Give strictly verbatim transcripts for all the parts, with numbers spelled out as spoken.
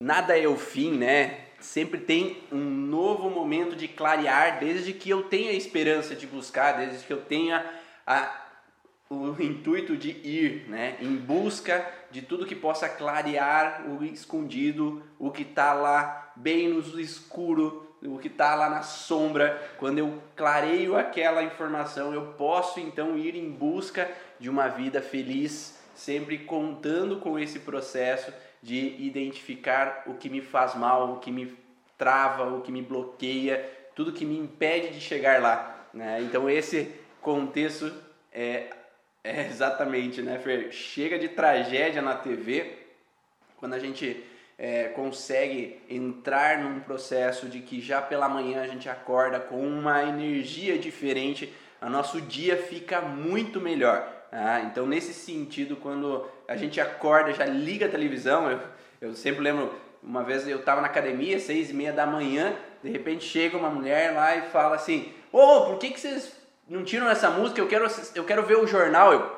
Nada é o fim, né? Sempre tem um novo momento de clarear, desde que eu tenha a esperança de buscar, desde que eu tenha a, o intuito de ir, né? Em busca de tudo que possa clarear o escondido, o que está lá bem no escuro, o que está lá na sombra. Quando eu clareio aquela informação, eu posso então ir em busca de uma vida feliz, sempre contando com esse processo de identificar o que me faz mal, o que me trava, o que me bloqueia, tudo que me impede de chegar lá, né? Então esse contexto é, é exatamente, né, Fer? Chega de tragédia na T V, quando a gente é, consegue entrar num processo de que já pela manhã a gente acorda com uma energia diferente, o nosso dia fica muito melhor. Ah, então nesse sentido, quando a gente acorda, já liga a televisão, eu, eu sempre lembro, uma vez eu estava na academia, seis e meia da manhã, de repente chega uma mulher lá e fala assim, ô, oh, por que, que vocês não tiram essa música, eu quero, eu quero ver o jornal. Eu,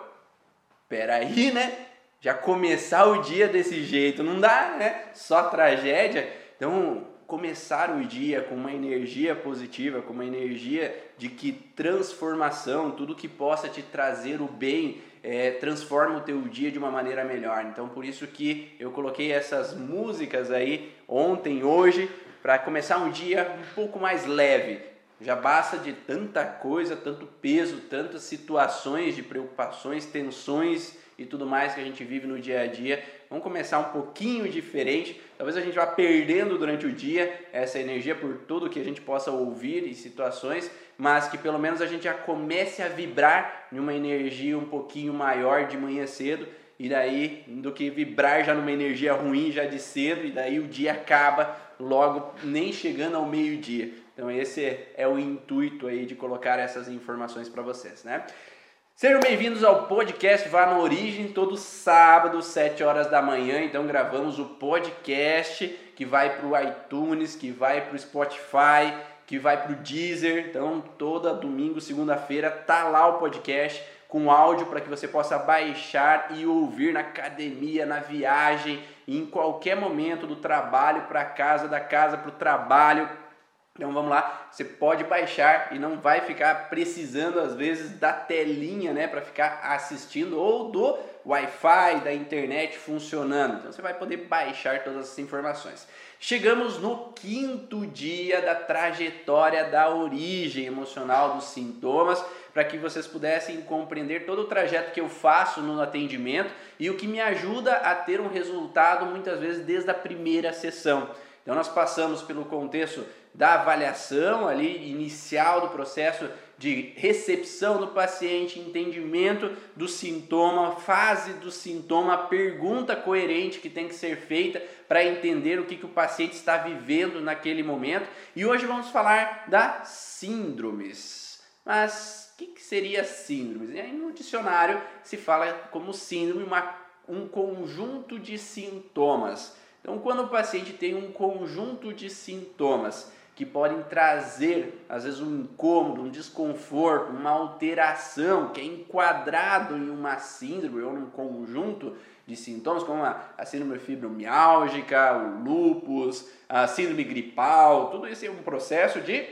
peraí, né, já começar o dia desse jeito, não dá, né, só tragédia. Então começar o dia com uma energia positiva, com uma energia de que transformação, tudo que possa te trazer o bem, é, transforma o teu dia de uma maneira melhor. Então por isso que eu coloquei essas músicas aí ontem, hoje, para começar um dia um pouco mais leve. Já basta de tanta coisa, tanto peso, tantas situações de preocupações, tensões e tudo mais que a gente vive no dia a dia. Vamos começar um pouquinho diferente. Talvez a gente vá perdendo durante o dia essa energia por tudo que a gente possa ouvir em situações, mas que pelo menos a gente já comece a vibrar em uma energia um pouquinho maior de manhã cedo, e daí do que vibrar já numa energia ruim já de cedo, e daí o dia acaba logo nem chegando ao meio-dia. Então esse é o intuito aí de colocar essas informações para vocês, né? Sejam bem-vindos ao podcast Vá na Origem, todo sábado, sete horas da manhã. Então gravamos o podcast que vai para o iTunes, que vai para o Spotify, que vai para o Deezer. Então toda domingo, segunda-feira, tá lá o podcast com áudio para que você possa baixar e ouvir na academia, na viagem, em qualquer momento do trabalho para casa, da casa para o trabalho. Então vamos lá, você pode baixar e não vai ficar precisando às vezes da telinha, né, para ficar assistindo, ou do Wi-Fi, da internet funcionando. Então você vai poder baixar todas essas informações. Chegamos no quinto dia da trajetória da origem emocional dos sintomas, para que vocês pudessem compreender todo o trajeto que eu faço no atendimento e o que me ajuda a ter um resultado muitas vezes desde a primeira sessão. Então nós passamos pelo contexto da avaliação ali inicial do processo de recepção do paciente, entendimento do sintoma, fase do sintoma, pergunta coerente que tem que ser feita para entender o que, que o paciente está vivendo naquele momento. E hoje vamos falar das síndromes. Mas o que, que seria síndromes? E aí no dicionário se fala como síndrome uma, um conjunto de sintomas. Então, quando o paciente tem um conjunto de sintomas que podem trazer, às vezes, um incômodo, um desconforto, uma alteração que é enquadrado em uma síndrome ou num conjunto de sintomas, como a, a síndrome fibromialgica, o lúpus, a síndrome gripal, tudo isso é um processo de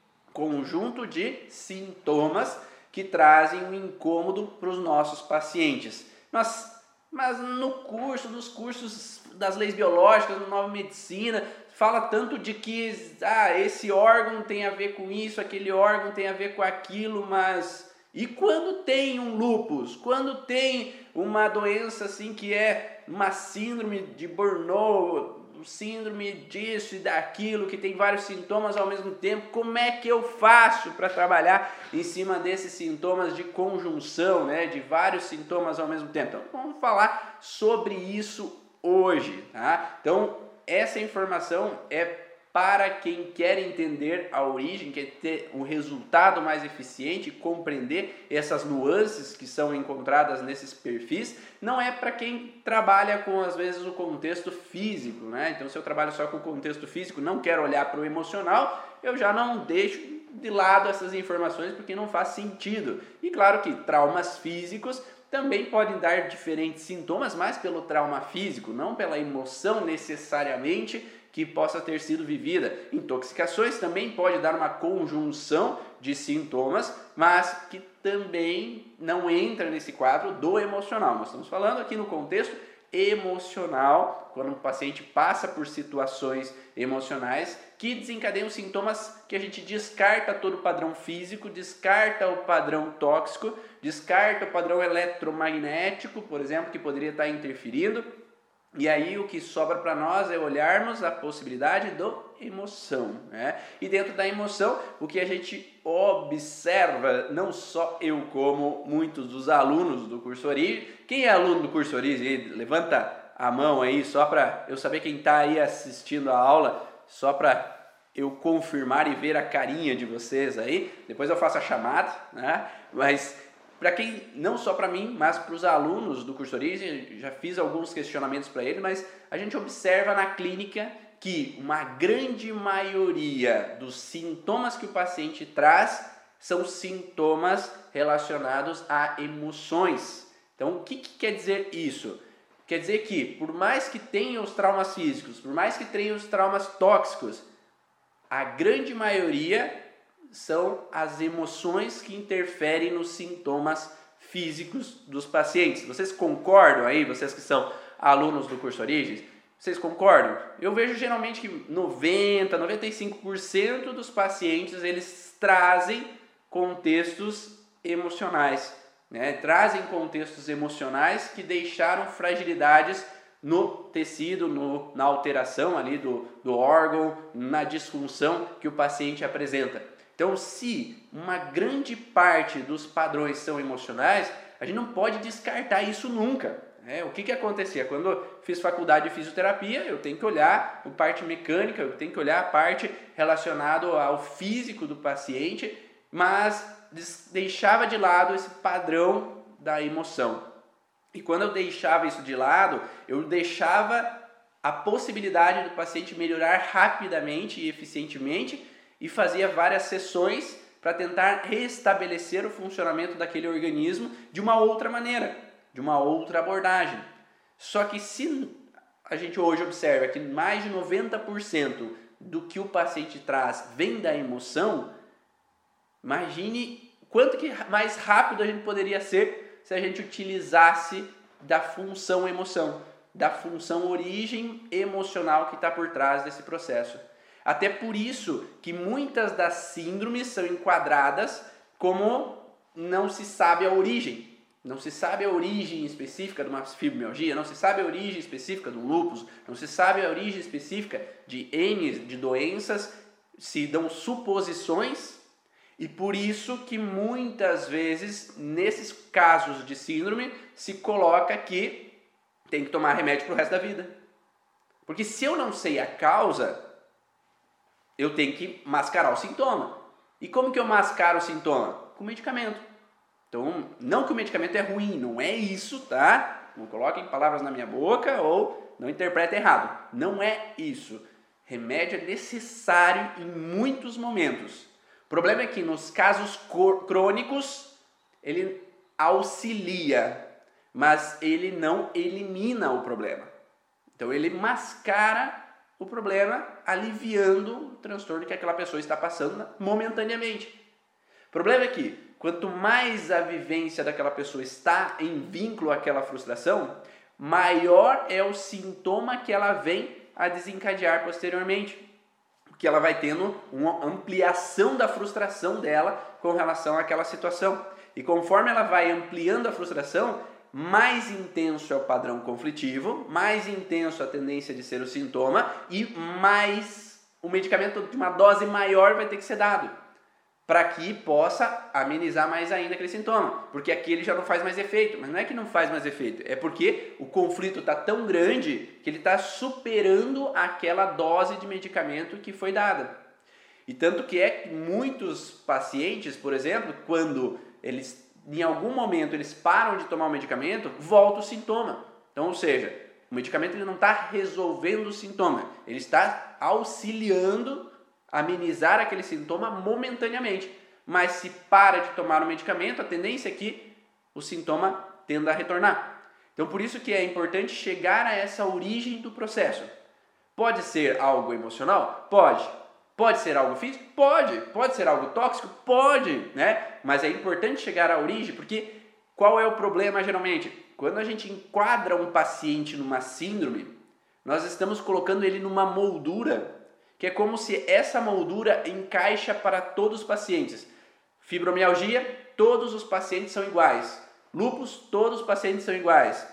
conjunto de sintomas que trazem um incômodo para os nossos pacientes. Nós Mas no curso, nos cursos das leis biológicas, na nova medicina, fala tanto de que ah, esse órgão tem a ver com isso, aquele órgão tem a ver com aquilo, mas e quando tem um lúpus? Quando tem uma doença assim que é uma síndrome de Burnout, síndrome disso e daquilo, que tem vários sintomas ao mesmo tempo, como é que eu faço para trabalhar em cima desses sintomas de conjunção, né, de vários sintomas ao mesmo tempo? Então vamos falar sobre isso hoje, tá? Então essa informação é para quem quer entender a origem, quer ter um resultado mais eficiente, compreender essas nuances que são encontradas nesses perfis. Não é para quem trabalha com, às vezes, o contexto físico, né? Então, se eu trabalho só com o contexto físico, não quero olhar para o emocional, eu já não deixo de lado essas informações porque não faz sentido. E claro que traumas físicos também podem dar diferentes sintomas, mas pelo trauma físico, não pela emoção necessariamente que possa ter sido vivida. Intoxicações também pode dar uma conjunção de sintomas, mas que também não entra nesse quadro do emocional. Nós estamos falando aqui no contexto emocional, quando o paciente passa por situações emocionais que desencadeiam sintomas que a gente descarta todo o padrão físico, descarta o padrão tóxico, descarta o padrão eletromagnético, por exemplo, que poderia estar interferindo. E aí o que sobra para nós é olharmos a possibilidade do emoção, né? E dentro da emoção, o que a gente observa, não só eu como muitos dos alunos do curso Origem. Quem é aluno do curso Origem? Levanta a mão aí, só para eu saber quem está aí assistindo a aula, só para eu confirmar e ver a carinha de vocês aí. Depois eu faço a chamada, né? Mas para quem, não só para mim, mas para os alunos do curso Origem, já fiz alguns questionamentos para eles, mas a gente observa na clínica que uma grande maioria dos sintomas que o paciente traz são sintomas relacionados a emoções. Então, o que, que quer dizer isso? Quer dizer que, por mais que tenha os traumas físicos, por mais que tenha os traumas tóxicos, a grande maioria são as emoções que interferem nos sintomas físicos dos pacientes. Vocês concordam aí, vocês que são alunos do curso Origens? Vocês concordam? Eu vejo geralmente que noventa, noventa e cinco por cento dos pacientes eles trazem contextos emocionais, né? Trazem contextos emocionais que deixaram fragilidades no tecido, no, na alteração ali do, do órgão, na disfunção que o paciente apresenta. Então, se uma grande parte dos padrões são emocionais, a gente não pode descartar isso nunca. É, o que, que acontecia? Quando eu fiz faculdade de fisioterapia, eu tenho que olhar a parte mecânica, eu tenho que olhar a parte relacionada ao físico do paciente, mas deixava de lado esse padrão da emoção. E quando eu deixava isso de lado, eu deixava a possibilidade do paciente melhorar rapidamente e eficientemente e fazia várias sessões para tentar restabelecer o funcionamento daquele organismo de uma outra maneira, de uma outra abordagem. Só que se a gente hoje observa que mais de noventa por cento do que o paciente traz vem da emoção, imagine quanto que mais rápido a gente poderia ser se a gente utilizasse da função emoção, da função origem emocional que está por trás desse processo. Até por isso que muitas das síndromes são enquadradas como não se sabe a origem. Não se sabe a origem específica de uma fibromialgia, não se sabe a origem específica do lúpus, não se sabe a origem específica de N de doenças, se dão suposições e por isso que muitas vezes, nesses casos de síndrome, se coloca que tem que tomar remédio para o resto da vida. Porque se eu não sei a causa, eu tenho que mascarar o sintoma. E como que eu mascaro o sintoma? Com medicamento. Então, não que o medicamento é ruim, não é isso, tá? Não coloquem palavras na minha boca ou não interpretem errado. Não é isso. Remédio é necessário em muitos momentos. O problema é que nos casos crônicos, ele auxilia, mas ele não elimina o problema. Então, ele mascara o problema, aliviando o transtorno que aquela pessoa está passando momentaneamente. O problema é que, quanto mais a vivência daquela pessoa está em vínculo àquela frustração, maior é o sintoma que ela vem a desencadear posteriormente. Porque ela vai tendo uma ampliação da frustração dela com relação àquela situação. E conforme ela vai ampliando a frustração, mais intenso é o padrão conflitivo, mais intenso a tendência de ser o sintoma e mais o medicamento de uma dose maior vai ter que ser dado, para que possa amenizar mais ainda aquele sintoma, porque aqui ele já não faz mais efeito, mas não é que não faz mais efeito, é porque o conflito está tão grande que ele está superando aquela dose de medicamento que foi dada. E tanto que é que muitos pacientes, por exemplo, quando eles, em algum momento eles param de tomar o medicamento, volta o sintoma. Então, ou seja, o medicamento ele não está resolvendo o sintoma, ele está auxiliando amenizar aquele sintoma momentaneamente. Mas se para de tomar o medicamento, a tendência é que o sintoma tenda a retornar. Então, por isso que é importante chegar a essa origem do processo. Pode ser algo emocional? Pode. Pode ser algo físico? Pode. Pode ser algo tóxico? Pode, né? Mas é importante chegar à origem, porque qual é o problema geralmente? Quando a gente enquadra um paciente numa síndrome, nós estamos colocando ele numa moldura, que é como se essa moldura encaixa para todos os pacientes. Fibromialgia, todos os pacientes são iguais. Lúpus, todos os pacientes são iguais.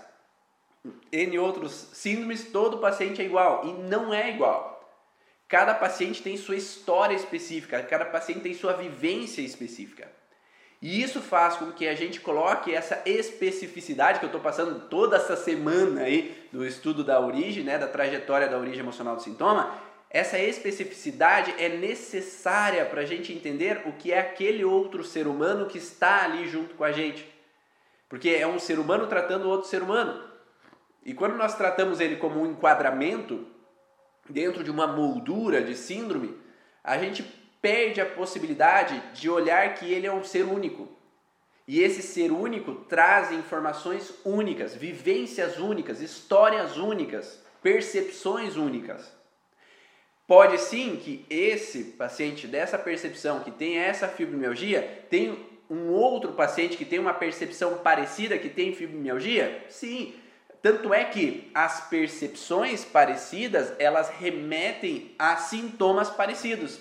N outros síndromes, todo paciente é igual. E não é igual. Cada paciente tem sua história específica, cada paciente tem sua vivência específica. E isso faz com que a gente coloque essa especificidade que eu estou passando toda essa semana aí do estudo da origem, né, da trajetória da origem emocional do sintoma. Essa especificidade é necessária para a gente entender o que é aquele outro ser humano que está ali junto com a gente. Porque é um ser humano tratando outro ser humano. E quando nós tratamos ele como um enquadramento dentro de uma moldura de síndrome, a gente perde a possibilidade de olhar que ele é um ser único. E esse ser único traz informações únicas, vivências únicas, histórias únicas, percepções únicas. Pode sim que esse paciente dessa percepção, que tem essa fibromialgia, tem um outro paciente que tem uma percepção parecida, que tem fibromialgia? Sim. Tanto é que as percepções parecidas, elas remetem a sintomas parecidos.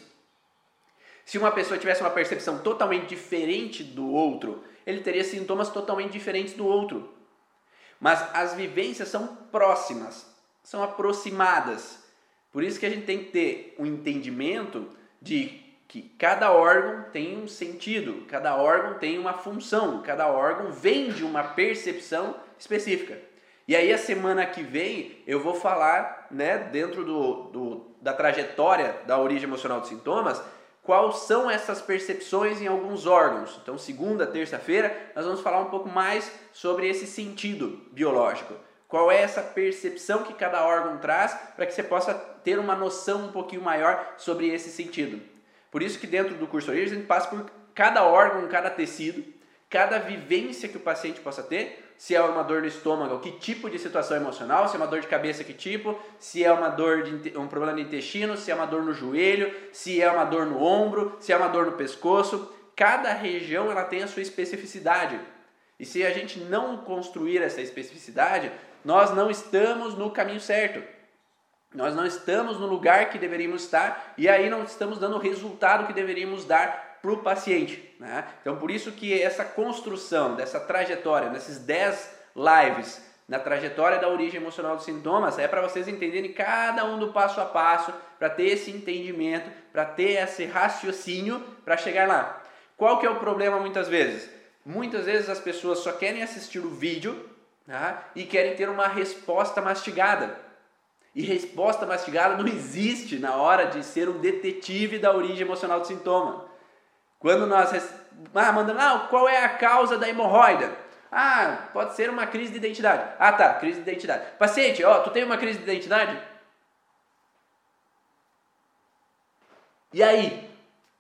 Se uma pessoa tivesse uma percepção totalmente diferente do outro, ele teria sintomas totalmente diferentes do outro. Mas as vivências são próximas, são aproximadas. Por isso que a gente tem que ter um entendimento de que cada órgão tem um sentido, cada órgão tem uma função, cada órgão vem de uma percepção específica. E aí a semana que vem eu vou falar, né, dentro do, do, da trajetória da origem emocional dos sintomas, quais são essas percepções em alguns órgãos. Então, segunda, terça-feira, nós vamos falar um pouco mais sobre esse sentido biológico. Qual é essa percepção que cada órgão traz para que você possa ter uma noção um pouquinho maior sobre esse sentido. Por isso que dentro do curso Origem a gente passa por cada órgão, cada tecido, cada vivência que o paciente possa ter, se é uma dor no estômago, que tipo de situação emocional, se é uma dor de cabeça, que tipo, se é uma dor de um problema no intestino, se é uma dor no joelho, se é uma dor no ombro, se é uma dor no pescoço. Cada região ela tem a sua especificidade. E se a gente não construir essa especificidade, nós não estamos no caminho certo. Nós não estamos no lugar que deveríamos estar e aí não estamos dando o resultado que deveríamos dar para o paciente, né? Então, por isso que essa construção dessa trajetória, nesses dez lives, na trajetória da origem emocional dos sintomas, é para vocês entenderem cada um do passo a passo, para ter esse entendimento, para ter esse raciocínio, para chegar lá. Qual que é o problema muitas vezes? Muitas vezes as pessoas só querem assistir o vídeo, tá? E querem ter uma resposta mastigada. E resposta mastigada não existe na hora de ser um detetive da origem emocional do sintoma. Quando nós ah, mandamos, ah, qual é a causa da hemorroida? Ah, pode ser uma crise de identidade. Ah, tá, crise de identidade. Paciente, ó, tu tem uma crise de identidade? E aí?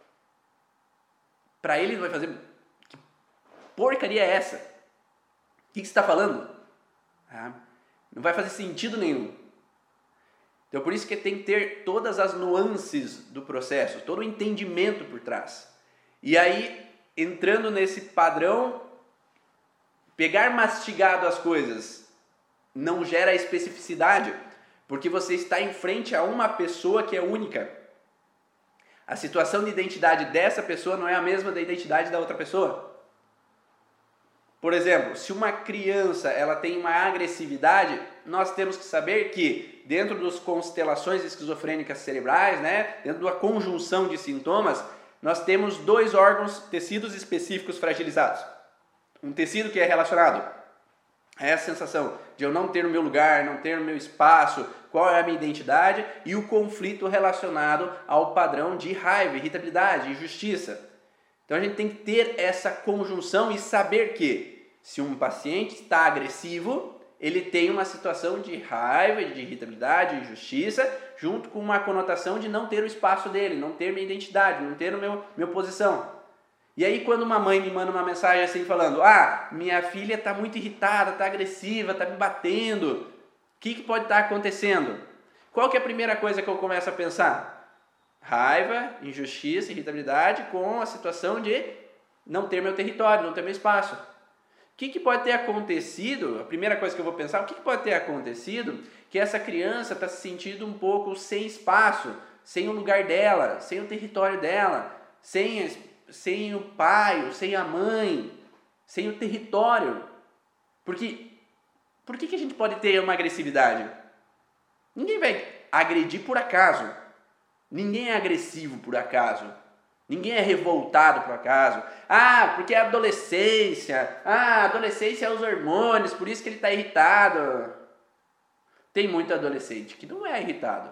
Para ele vai fazer, que porcaria é essa? O que, que você está falando? Ah, não vai fazer sentido nenhum. Então por isso que tem que ter todas as nuances do processo, todo o entendimento por trás. E aí, entrando nesse padrão, pegar mastigado as coisas não gera especificidade, porque você está em frente a uma pessoa que é única. A situação de identidade dessa pessoa não é a mesma da identidade da outra pessoa. Por exemplo, se uma criança ela tem uma agressividade, nós temos que saber que dentro das constelações esquizofrênicas cerebrais, né, dentro da conjunção de sintomas, nós temos dois órgãos, tecidos específicos fragilizados. Um tecido que é relacionado a essa sensação de eu não ter o meu lugar, não ter o meu espaço, qual é a minha identidade, e o conflito relacionado ao padrão de raiva, irritabilidade, injustiça. Então a gente tem que ter essa conjunção e saber que se um paciente está agressivo, ele tem uma situação de raiva, de irritabilidade, de injustiça, junto com uma conotação de não ter o espaço dele, não ter minha identidade, não ter a meu, minha posição. E aí quando uma mãe me manda uma mensagem assim falando, ah, minha filha está muito irritada, está agressiva, está me batendo, o que, que pode estar acontecendo? Qual que é a primeira coisa que eu começo a pensar? Raiva, injustiça, irritabilidade com a situação de não ter meu território, não ter meu espaço. O que, que pode ter acontecido? A primeira coisa que eu vou pensar, o que, que pode ter acontecido que essa criança está se sentindo um pouco sem espaço, sem o lugar dela, sem o território dela, sem, sem o pai, sem a mãe, sem o território. Porque, por que, que a gente pode ter uma agressividade? Ninguém vai agredir por acaso. Ninguém é agressivo por acaso. Ninguém é revoltado por acaso. Ah, porque é adolescência. Ah, adolescência é os hormônios, por isso que ele está irritado. Tem muito adolescente que não é irritado.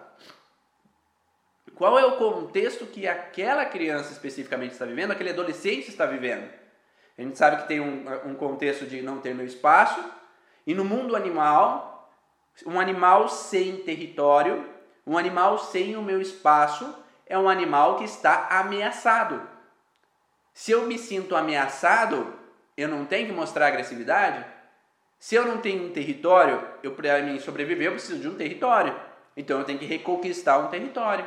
Qual é o contexto que aquela criança especificamente está vivendo, aquele adolescente está vivendo? A gente sabe que tem um, um contexto de não ter meu espaço. E no mundo animal, um animal sem território, um animal sem o meu espaço, é um animal que está ameaçado. Se eu me sinto ameaçado, eu não tenho que mostrar agressividade? Se eu não tenho um território, eu para mim sobreviver, eu preciso de um território. Então eu tenho que reconquistar um território.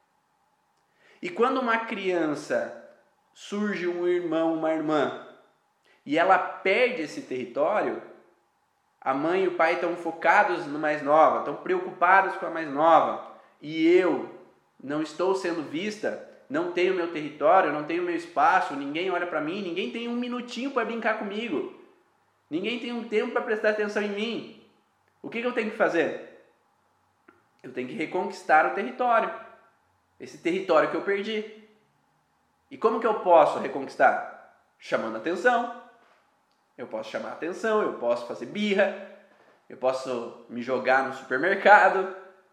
E quando uma criança surge um irmão, uma irmã, e ela perde esse território, a mãe e o pai estão focados no mais nova, estão preocupados com a mais nova, e eu não estou sendo vista, não tenho meu território, não tenho meu espaço, ninguém olha para mim, ninguém tem um minutinho para brincar comigo, ninguém tem um tempo para prestar atenção em mim. O que, que eu tenho que fazer? Eu tenho que reconquistar o território, esse território que eu perdi. E como que eu posso reconquistar? Chamando atenção. Eu posso chamar atenção, eu posso fazer birra, eu posso me jogar no supermercado,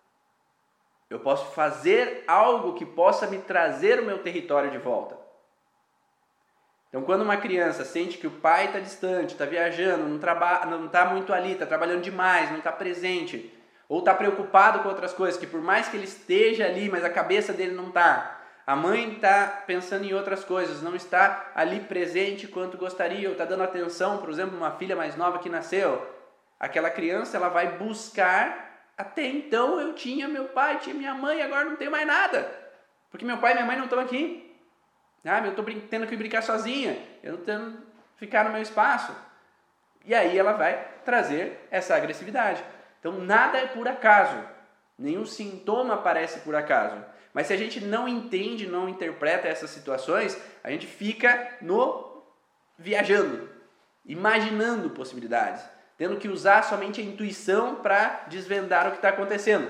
eu posso fazer algo que possa me trazer o meu território de volta. Então, quando uma criança sente que o pai está distante, está viajando, não traba- não está muito ali, está trabalhando demais, não está presente, ou está preocupado com outras coisas, que por mais que ele esteja ali, mas a cabeça dele não está, a mãe está pensando em outras coisas, não está ali presente quanto gostaria, ou está dando atenção, por exemplo, uma filha mais nova que nasceu, aquela criança ela vai buscar. Até então eu tinha meu pai, tinha minha mãe, agora não tenho mais nada. Porque meu pai e minha mãe não estão aqui. Ah, eu estou tendo que brincar sozinha, eu não tenho que ficar no meu espaço. E aí ela vai trazer essa agressividade. Então nada é por acaso, nenhum sintoma aparece por acaso. Mas se a gente não entende, não interpreta essas situações, a gente fica no viajando, imaginando possibilidades, tendo que usar somente a intuição para desvendar o que está acontecendo.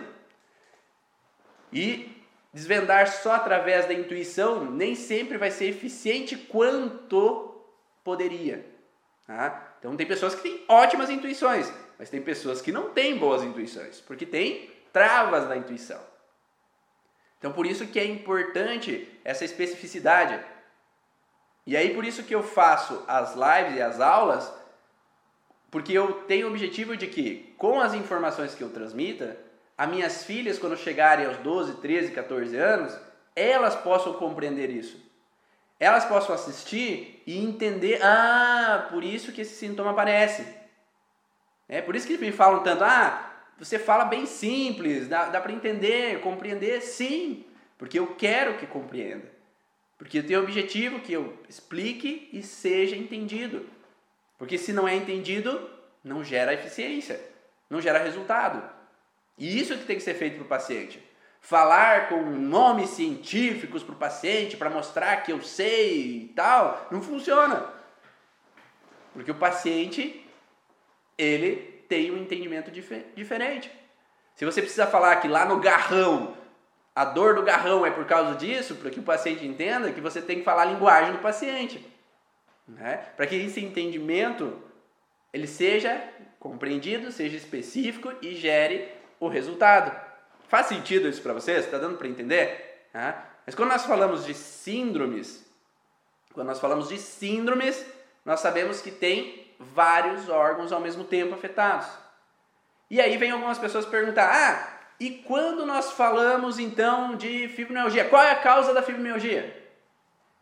E desvendar só através da intuição nem sempre vai ser eficiente quanto poderia. Tá? Então tem pessoas que têm ótimas intuições, mas tem pessoas que não têm boas intuições, porque tem travas na intuição. Então por isso que é importante essa especificidade. E aí por isso que eu faço as lives e as aulas, porque eu tenho o objetivo de que, com as informações que eu transmita, as minhas filhas, quando chegarem aos doze, treze, catorze anos, elas possam compreender isso. Elas possam assistir e entender, ah, por isso que esse sintoma aparece. É por isso que me falam tanto, ah, você fala bem simples, dá, dá para entender, compreender, sim, porque eu quero que compreenda. Porque eu tenho o objetivo que eu explique e seja entendido. Porque se não é entendido, não gera eficiência, não gera resultado. E isso que tem que ser feito para o paciente. Falar com nomes científicos para o paciente, para mostrar que eu sei e tal, não funciona. Porque o paciente, ele tem um entendimento dif- diferente. Se você precisa falar que lá no garrão, a dor do garrão é por causa disso, para que o paciente entenda, que você tem que falar a linguagem do paciente. Né? Para que esse entendimento ele seja compreendido, seja específico e gere o resultado. Faz sentido isso para vocês? Está dando para entender? Né? Mas quando nós falamos de síndromes, quando nós falamos de síndromes, nós sabemos que tem vários órgãos ao mesmo tempo afetados. E aí vem algumas pessoas perguntar, ah, e quando nós falamos então de fibromialgia, qual é a causa da fibromialgia?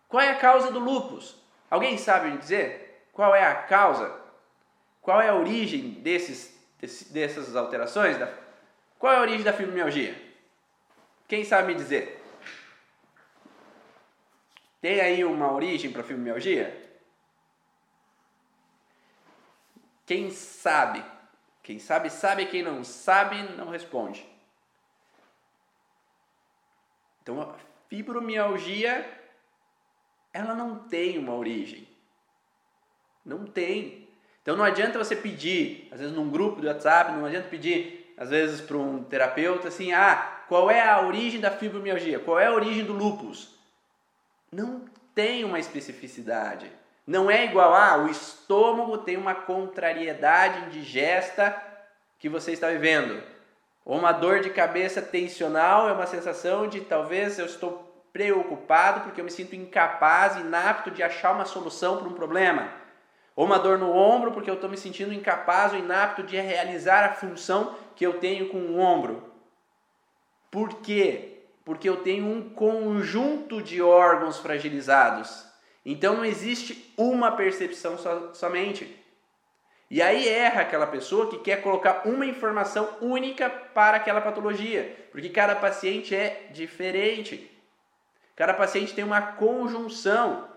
Qual é a causa do lúpus? Alguém sabe me dizer? Qual é a causa? Qual é a origem desses, dessas alterações? Qual é a origem da fibromialgia? Quem sabe me dizer? Tem aí uma origem para a fibromialgia? Quem sabe? Quem sabe, sabe. Quem não sabe, não responde. Então, a fibromialgia, ela não tem uma origem. Não tem. Então, não adianta você pedir, às vezes num grupo do WhatsApp, não adianta pedir, às vezes para um terapeuta, assim, ah, qual é a origem da fibromialgia? Qual é a origem do lúpus? Não tem uma especificidade. Não é igual a ah, o estômago tem uma contrariedade indigesta que você está vivendo. Ou uma dor de cabeça tensional é uma sensação de talvez eu estou preocupado porque eu me sinto incapaz, inapto de achar uma solução para um problema. Ou uma dor no ombro porque eu estou me sentindo incapaz ou inapto de realizar a função que eu tenho com o ombro. Por quê? Porque eu tenho um conjunto de órgãos fragilizados. Então não existe uma percepção so, somente. E aí erra aquela pessoa que quer colocar uma informação única para aquela patologia. Porque cada paciente é diferente. Cada paciente tem uma conjunção.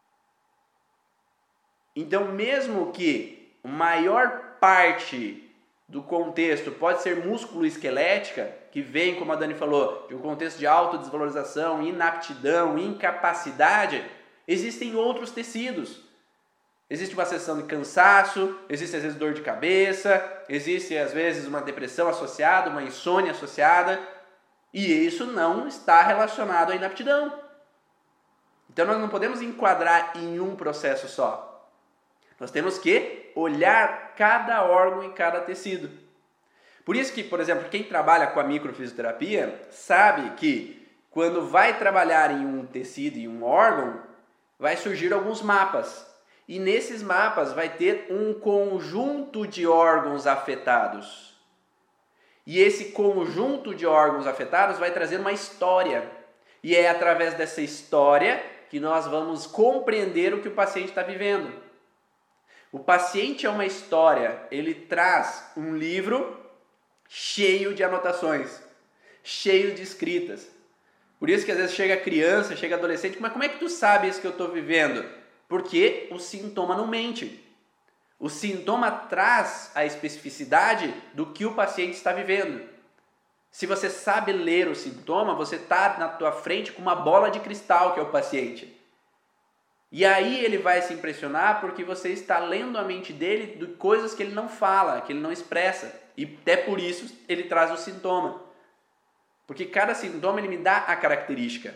Então mesmo que a maior parte do contexto pode ser músculo-esquelética, que vem, como a Dani falou, de um contexto de autodesvalorização, inaptidão, incapacidade, existem outros tecidos. Existe uma sensação de cansaço, existe às vezes dor de cabeça, existe às vezes uma depressão associada, uma insônia associada, e isso não está relacionado à inaptidão. Então nós não podemos enquadrar em um processo só. Nós temos que olhar cada órgão e cada tecido. Por isso que, por exemplo, quem trabalha com a microfisioterapia sabe que quando vai trabalhar em um tecido e um órgão, vai surgir alguns mapas. E nesses mapas vai ter um conjunto de órgãos afetados. E esse conjunto de órgãos afetados vai trazer uma história. E é através dessa história que nós vamos compreender o que o paciente está vivendo. O paciente é uma história, ele traz um livro cheio de anotações, cheio de escritas. Por isso que às vezes chega criança, chega adolescente, mas como é que tu sabe isso que eu estou vivendo? Porque o sintoma não mente. O sintoma traz a especificidade do que o paciente está vivendo. Se você sabe ler o sintoma, você está na tua frente com uma bola de cristal que é o paciente. E aí ele vai se impressionar porque você está lendo a mente dele de coisas que ele não fala, que ele não expressa. E até por isso ele traz o sintoma. Porque cada sintoma ele me dá a característica.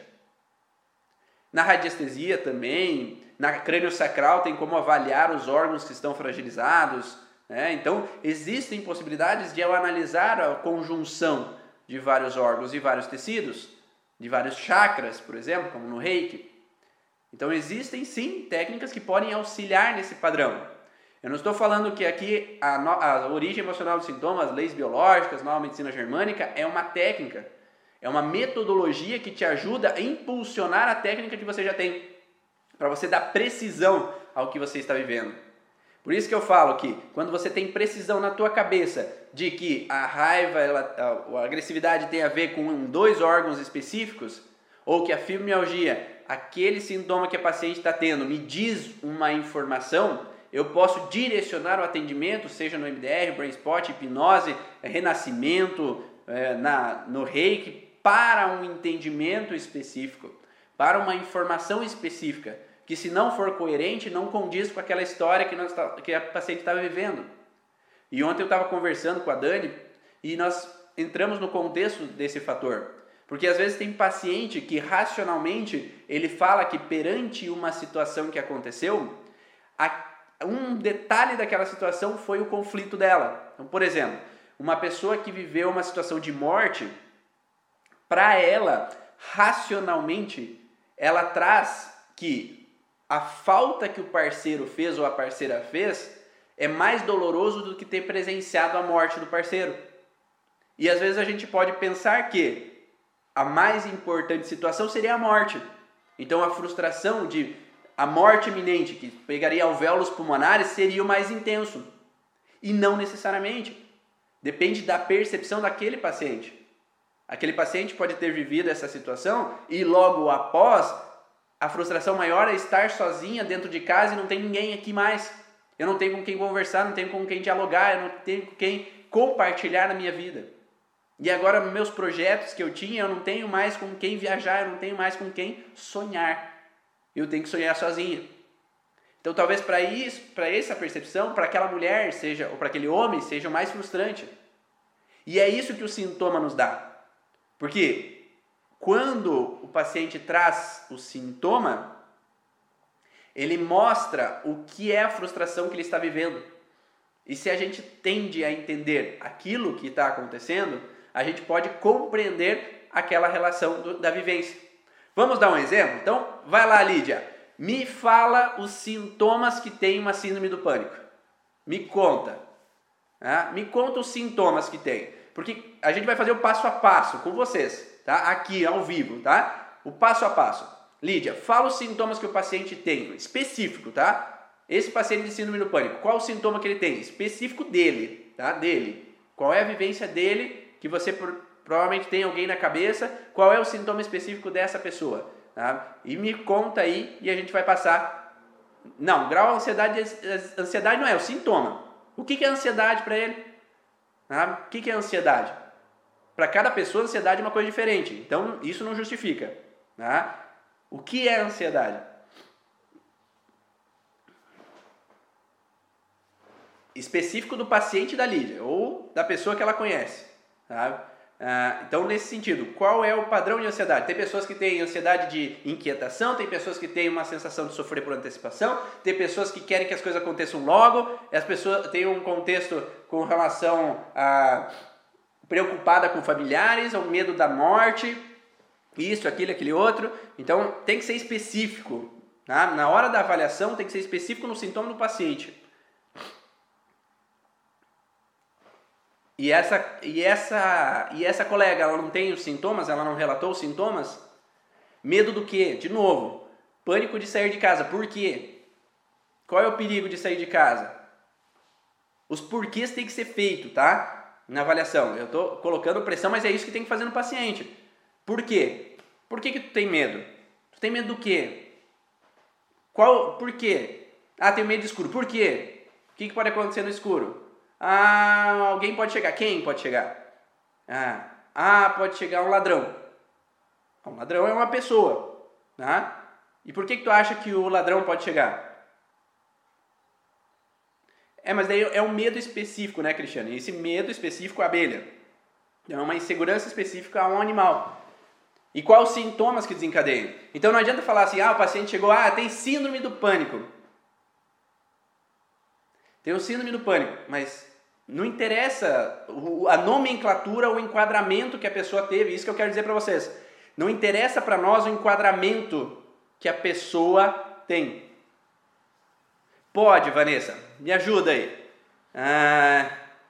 Na radiestesia também, na crânio-sacral tem como avaliar os órgãos que estão fragilizados. Né? Então existem possibilidades de eu analisar a conjunção de vários órgãos e vários tecidos, de vários chakras, por exemplo, como no Reiki. Então existem sim técnicas que podem auxiliar nesse padrão. Eu não estou falando que aqui a, no, a origem emocional dos sintomas, leis biológicas, nova medicina germânica, é uma técnica. É uma metodologia que te ajuda a impulsionar a técnica que você já tem. Para você dar precisão ao que você está vivendo. Por isso que eu falo que quando você tem precisão na tua cabeça de que a raiva, ela, a, a agressividade tem a ver com dois órgãos específicos, ou que a fibromialgia, aquele sintoma que a paciente está tendo, me diz uma informação, eu posso direcionar o atendimento, seja no M D R, Brain Spot, hipnose, renascimento, é, na, no Reiki, para um entendimento específico, para uma informação específica, que se não for coerente, não condiz com aquela história que, nós, que a paciente estava vivendo. E ontem eu estava conversando com a Dani e nós entramos no contexto desse fator. Porque às vezes tem paciente que racionalmente ele fala que perante uma situação que aconteceu, a, um detalhe daquela situação foi o conflito dela. Então, por exemplo, uma pessoa que viveu uma situação de morte, para ela, racionalmente, ela traz que a falta que o parceiro fez ou a parceira fez é mais doloroso do que ter presenciado a morte do parceiro. E às vezes a gente pode pensar que a mais importante situação seria a morte. Então a frustração de a morte iminente, que pegaria alvéolos pulmonares, seria o mais intenso. E não necessariamente. Depende da percepção daquele paciente. Aquele paciente pode ter vivido essa situação e logo após, a frustração maior é estar sozinha dentro de casa e não tem ninguém aqui mais. Eu não tenho com quem conversar, não tenho com quem dialogar, eu não tenho com quem compartilhar na minha vida. E agora meus projetos que eu tinha, eu não tenho mais com quem viajar, eu não tenho mais com quem sonhar. Eu tenho que sonhar sozinha. Então talvez para isso, para essa percepção, para aquela mulher seja ou para aquele homem seja mais frustrante. E é isso que o sintoma nos dá. Porque quando o paciente traz o sintoma, ele mostra o que é a frustração que ele está vivendo. E se a gente tende a entender aquilo que está acontecendo, a gente pode compreender aquela relação do, da vivência. Vamos dar um exemplo? Então, vai lá, Lídia. Me fala os sintomas que tem uma síndrome do pânico. Me conta. Tá? Me conta os sintomas que tem. Porque a gente vai fazer o passo a passo com vocês, tá? Aqui, ao vivo, tá? O passo a passo. Lídia, fala os sintomas que o paciente tem, específico, tá? Esse paciente de síndrome do pânico, qual o sintoma que ele tem? Específico dele, tá? Dele. Qual é a vivência dele, que você por, provavelmente tem alguém na cabeça, qual é o sintoma específico dessa pessoa, tá? E me conta aí e a gente vai passar... Não, grau de ansiedade, ansiedade não é, é o sintoma. O que é ansiedade para ele? Ah, o que é ansiedade? Para cada pessoa, ansiedade é uma coisa diferente. Então, isso não justifica. Ah, o que é ansiedade? Específico do paciente da Lídia, ou da pessoa que ela conhece. Tá? Ah, então, nesse sentido, qual é o padrão de ansiedade? Tem pessoas que têm ansiedade de inquietação, tem pessoas que têm uma sensação de sofrer por antecipação, tem pessoas que querem que as coisas aconteçam logo, as pessoas têm um contexto com relação a preocupada com familiares, ou medo da morte, isso, aquilo, aquele outro. Então, tem que ser específico. Tá? Na hora da avaliação, tem que ser específico no sintoma do paciente. E essa, e, essa, e essa colega, ela não tem os sintomas? Ela não relatou os sintomas? Medo do quê? De novo, pânico de sair de casa. Por quê? Qual é o perigo de sair de casa? Os porquês têm que ser feitos, tá? Na avaliação. Eu estou colocando pressão, mas é isso que tem que fazer no paciente. Por quê? Por que que tu tem medo? Tu tem medo do quê? Qual, por quê? Ah, tenho medo de escuro. Por quê? O que, que pode acontecer no escuro? Ah, alguém pode chegar. Quem pode chegar? Ah, ah, pode chegar um ladrão. Um ladrão é uma pessoa, tá? E por que que tu acha que o ladrão pode chegar? É, mas daí é um medo específico, né, Cristiano? E esse medo específico é a abelha. É uma insegurança específica a um animal. E quais os sintomas que desencadeiam? Então não adianta falar assim, ah, o paciente chegou, ah, tem síndrome do pânico. Tem o síndrome do pânico, mas não interessa a nomenclatura, o enquadramento que a pessoa teve, isso que eu quero dizer para vocês. Não interessa para nós o enquadramento que a pessoa tem. Pode, Vanessa, me ajuda aí. Ah,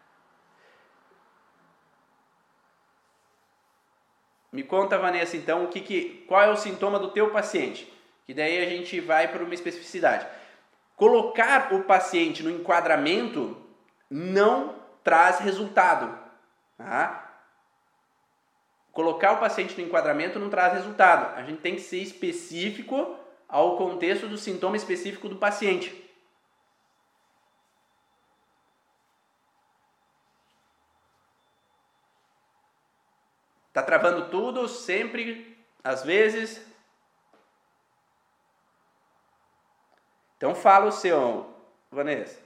me conta, Vanessa, então, o que que, qual é o sintoma do teu paciente? Que daí a gente vai para uma especificidade. Colocar o paciente no enquadramento não traz resultado. Tá? Colocar o paciente no enquadramento não traz resultado. A gente tem que ser específico ao contexto do sintoma específico do paciente. Tá travando tudo, sempre, às vezes. Então fala o seu, Vanessa.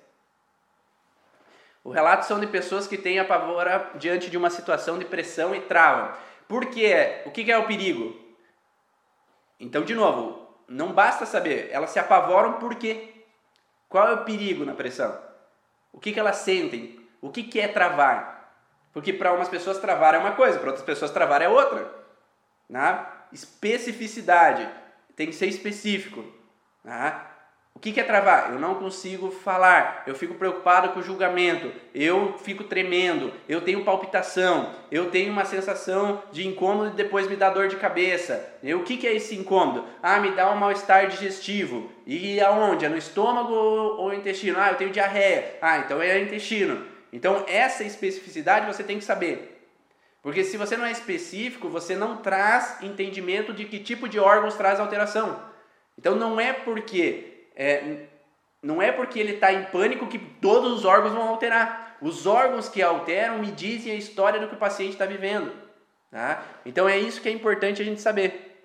O relato são de pessoas que têm apavora diante de uma situação de pressão e travam. Por quê? O que é o perigo? Então, de novo, não basta saber. Elas se apavoram por quê? Qual é o perigo na pressão? O que elas sentem? O que é travar? Porque para umas pessoas travar é uma coisa, para outras pessoas travar é outra. Né? Especificidade. Tem que ser específico. Né? O que, que é travar? Eu não consigo falar, eu fico preocupado com o julgamento, eu fico tremendo, eu tenho palpitação, eu tenho uma sensação de incômodo e depois me dá dor de cabeça. E o que, que é esse incômodo? Ah, me dá um mal-estar digestivo. E aonde? É no estômago ou no intestino? Ah, eu tenho diarreia. Ah, então é intestino. Então essa especificidade você tem que saber. Porque se você não é específico, você não traz entendimento de que tipo de órgãos traz alteração. Então não é porque... É, não é porque ele está em pânico que todos os órgãos vão alterar. Os órgãos que alteram me dizem a história do que o paciente está vivendo. Tá? Então é isso que é importante a gente saber.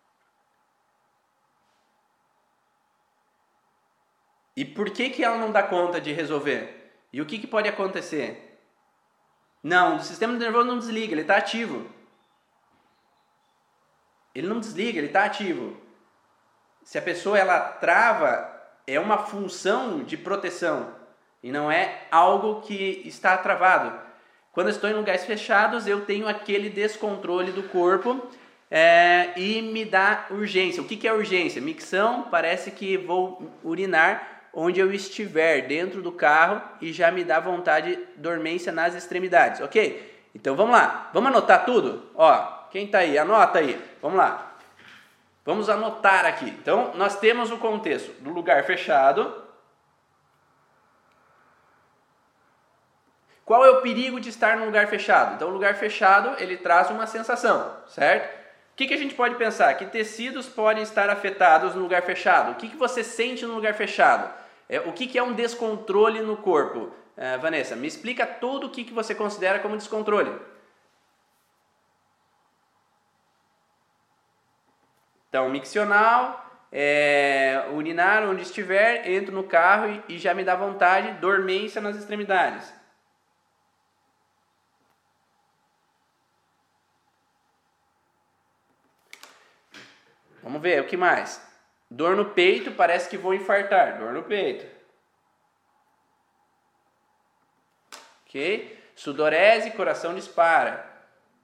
E por que, que ela não dá conta de resolver? E o que, que pode acontecer? Não, o sistema nervoso não desliga, ele está ativo. Ele não desliga, ele está ativo. Se a pessoa ela trava, é uma função de proteção e não é algo que está travado. Quando eu estou em lugares fechados, eu tenho aquele descontrole do corpo é, e me dá urgência. O que, que é urgência? Micção, parece que vou urinar onde eu estiver, dentro do carro, e já me dá vontade de dormência nas extremidades, ok? Então vamos lá, vamos anotar tudo? Ó, quem está aí? Anota aí, vamos lá. Vamos anotar aqui. Então, nós temos o contexto do lugar fechado. Qual é o perigo de estar num lugar fechado? Então, o lugar fechado, ele traz uma sensação, certo? O que, que a gente pode pensar? Que tecidos podem estar afetados no lugar fechado? O que, que você sente no lugar fechado? É, o que, que é um descontrole no corpo? É, Vanessa, me explica tudo o que, que você considera como descontrole. Então, miccional, é, urinar onde estiver, entro no carro e, e já me dá vontade, dormência nas extremidades. Vamos ver, o que mais? Dor no peito, parece que vou infartar, dor no peito. Ok? Sudorese, coração dispara.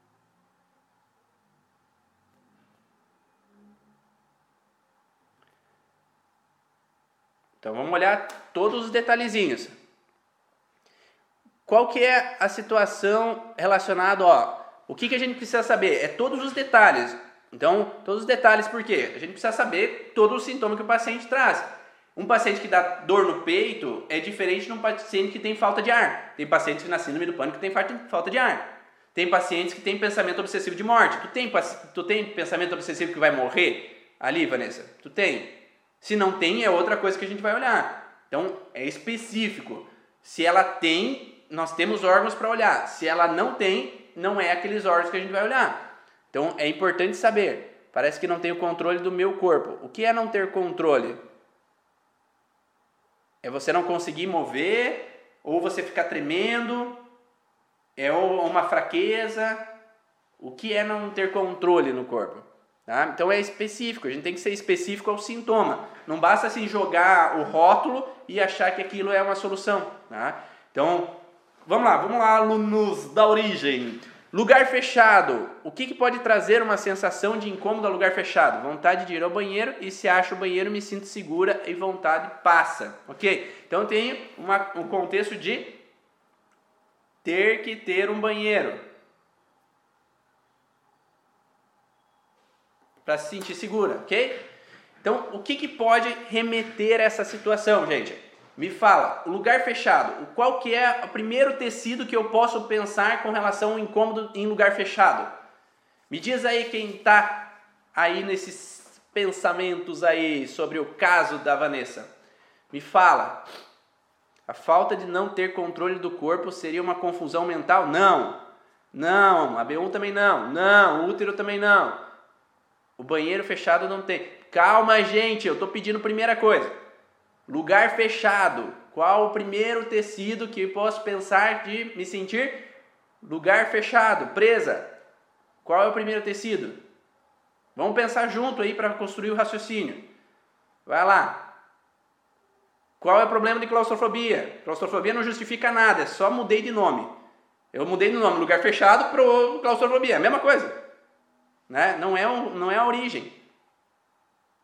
Então vamos olhar todos os detalhezinhos. Qual que é a situação relacionada, ó, o que, que a gente precisa saber? É todos os detalhes. Então, todos os detalhes por quê? A gente precisa saber todo o sintoma que o paciente traz. Um paciente que dá dor no peito é diferente de um paciente que tem falta de ar. Tem pacientes que na síndrome do pânico que tem falta de ar. Tem pacientes que têm pensamento obsessivo de morte. Tu tem, tu tem pensamento obsessivo que vai morrer ali, Vanessa? Tu tem? Se não tem, é outra coisa que a gente vai olhar. Então, é específico. Se ela tem, nós temos órgãos para olhar. Se ela não tem, não é aqueles órgãos que a gente vai olhar. Então, é importante saber. Parece que não tenho controle do meu corpo. O que é não ter controle? É você não conseguir mover, ou você ficar tremendo, é uma fraqueza. O que é não ter controle no corpo? Tá? Então é específico, a gente tem que ser específico ao sintoma. Não basta assim jogar o rótulo e achar que aquilo é uma solução. Tá? Então, vamos lá, vamos lá, alunos da origem. Lugar fechado. O que, que pode trazer uma sensação de incômodo a lugar fechado? Vontade de ir ao banheiro, e se acho o banheiro, me sinto segura e vontade passa. Ok? Então tem uma, um contexto de ter que ter um banheiro para se sentir segura, ok? Então, o que, que pode remeter a essa situação, gente? Me fala, o lugar fechado, qual que é o primeiro tecido que eu posso pensar com relação ao incômodo em lugar fechado? Me diz aí quem está aí nesses pensamentos aí sobre o caso da Vanessa. Me fala, a falta de não ter controle do corpo seria uma confusão mental? Não, não, a B um também não, não, o útero também não. O banheiro fechado não tem. Calma, gente, eu estou pedindo primeira coisa. Lugar fechado. Qual o primeiro tecido que eu posso pensar de me sentir? Lugar fechado, presa. Qual é o primeiro tecido? Vamos pensar junto aí para construir o raciocínio. Vai lá. Qual é o problema de claustrofobia? Claustrofobia não justifica nada, é só mudei de nome. Eu mudei de nome, lugar fechado para claustrofobia, é a mesma coisa. Né? Não é, um, não é a origem.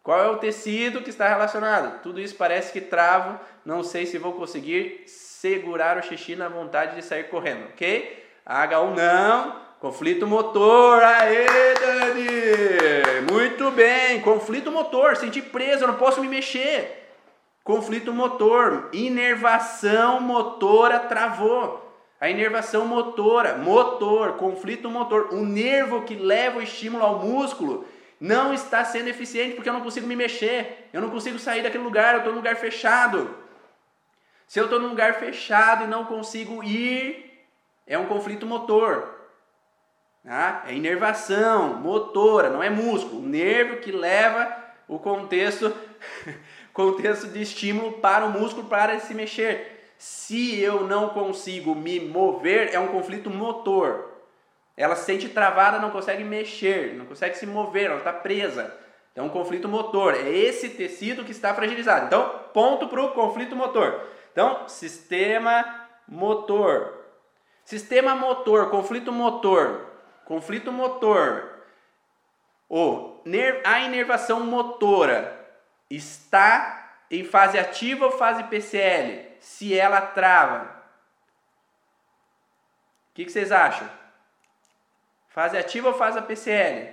Qual é o tecido que está relacionado? Tudo isso parece que travo, não sei se vou conseguir segurar o xixi na vontade de sair correndo, ok? H um não, conflito motor, aê Dani! Muito bem, conflito motor, senti preso, eu não posso me mexer. Conflito motor, inervação motora travou. A inervação motora, motor, conflito motor, o nervo que leva o estímulo ao músculo não está sendo eficiente porque eu não consigo me mexer, eu não consigo sair daquele lugar, eu estou num lugar fechado. Se eu estou num lugar fechado e não consigo ir, é um conflito motor. Tá? É inervação motora, não é músculo. O nervo que leva o contexto, contexto de estímulo para o músculo para ele se mexer. Se eu não consigo me mover, é um conflito motor. Ela se sente travada, não consegue mexer, não consegue se mover, ela está presa. É um conflito motor. É esse tecido que está fragilizado. Então, ponto para o conflito motor. Então, sistema motor. Sistema motor, conflito motor. Conflito motor. Ou a inervação motora está em fase ativa ou fase P C L? Se ela trava. O que, que vocês acham? Fase ativa ou fase P C L?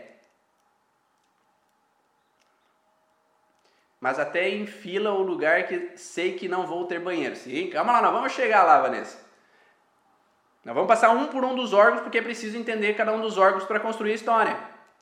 Mas até em fila o lugar que sei que não vou ter banheiro. Sim, calma lá, nós vamos chegar lá, Vanessa. Nós vamos passar um por um dos órgãos porque é preciso entender cada um dos órgãos para construir a história.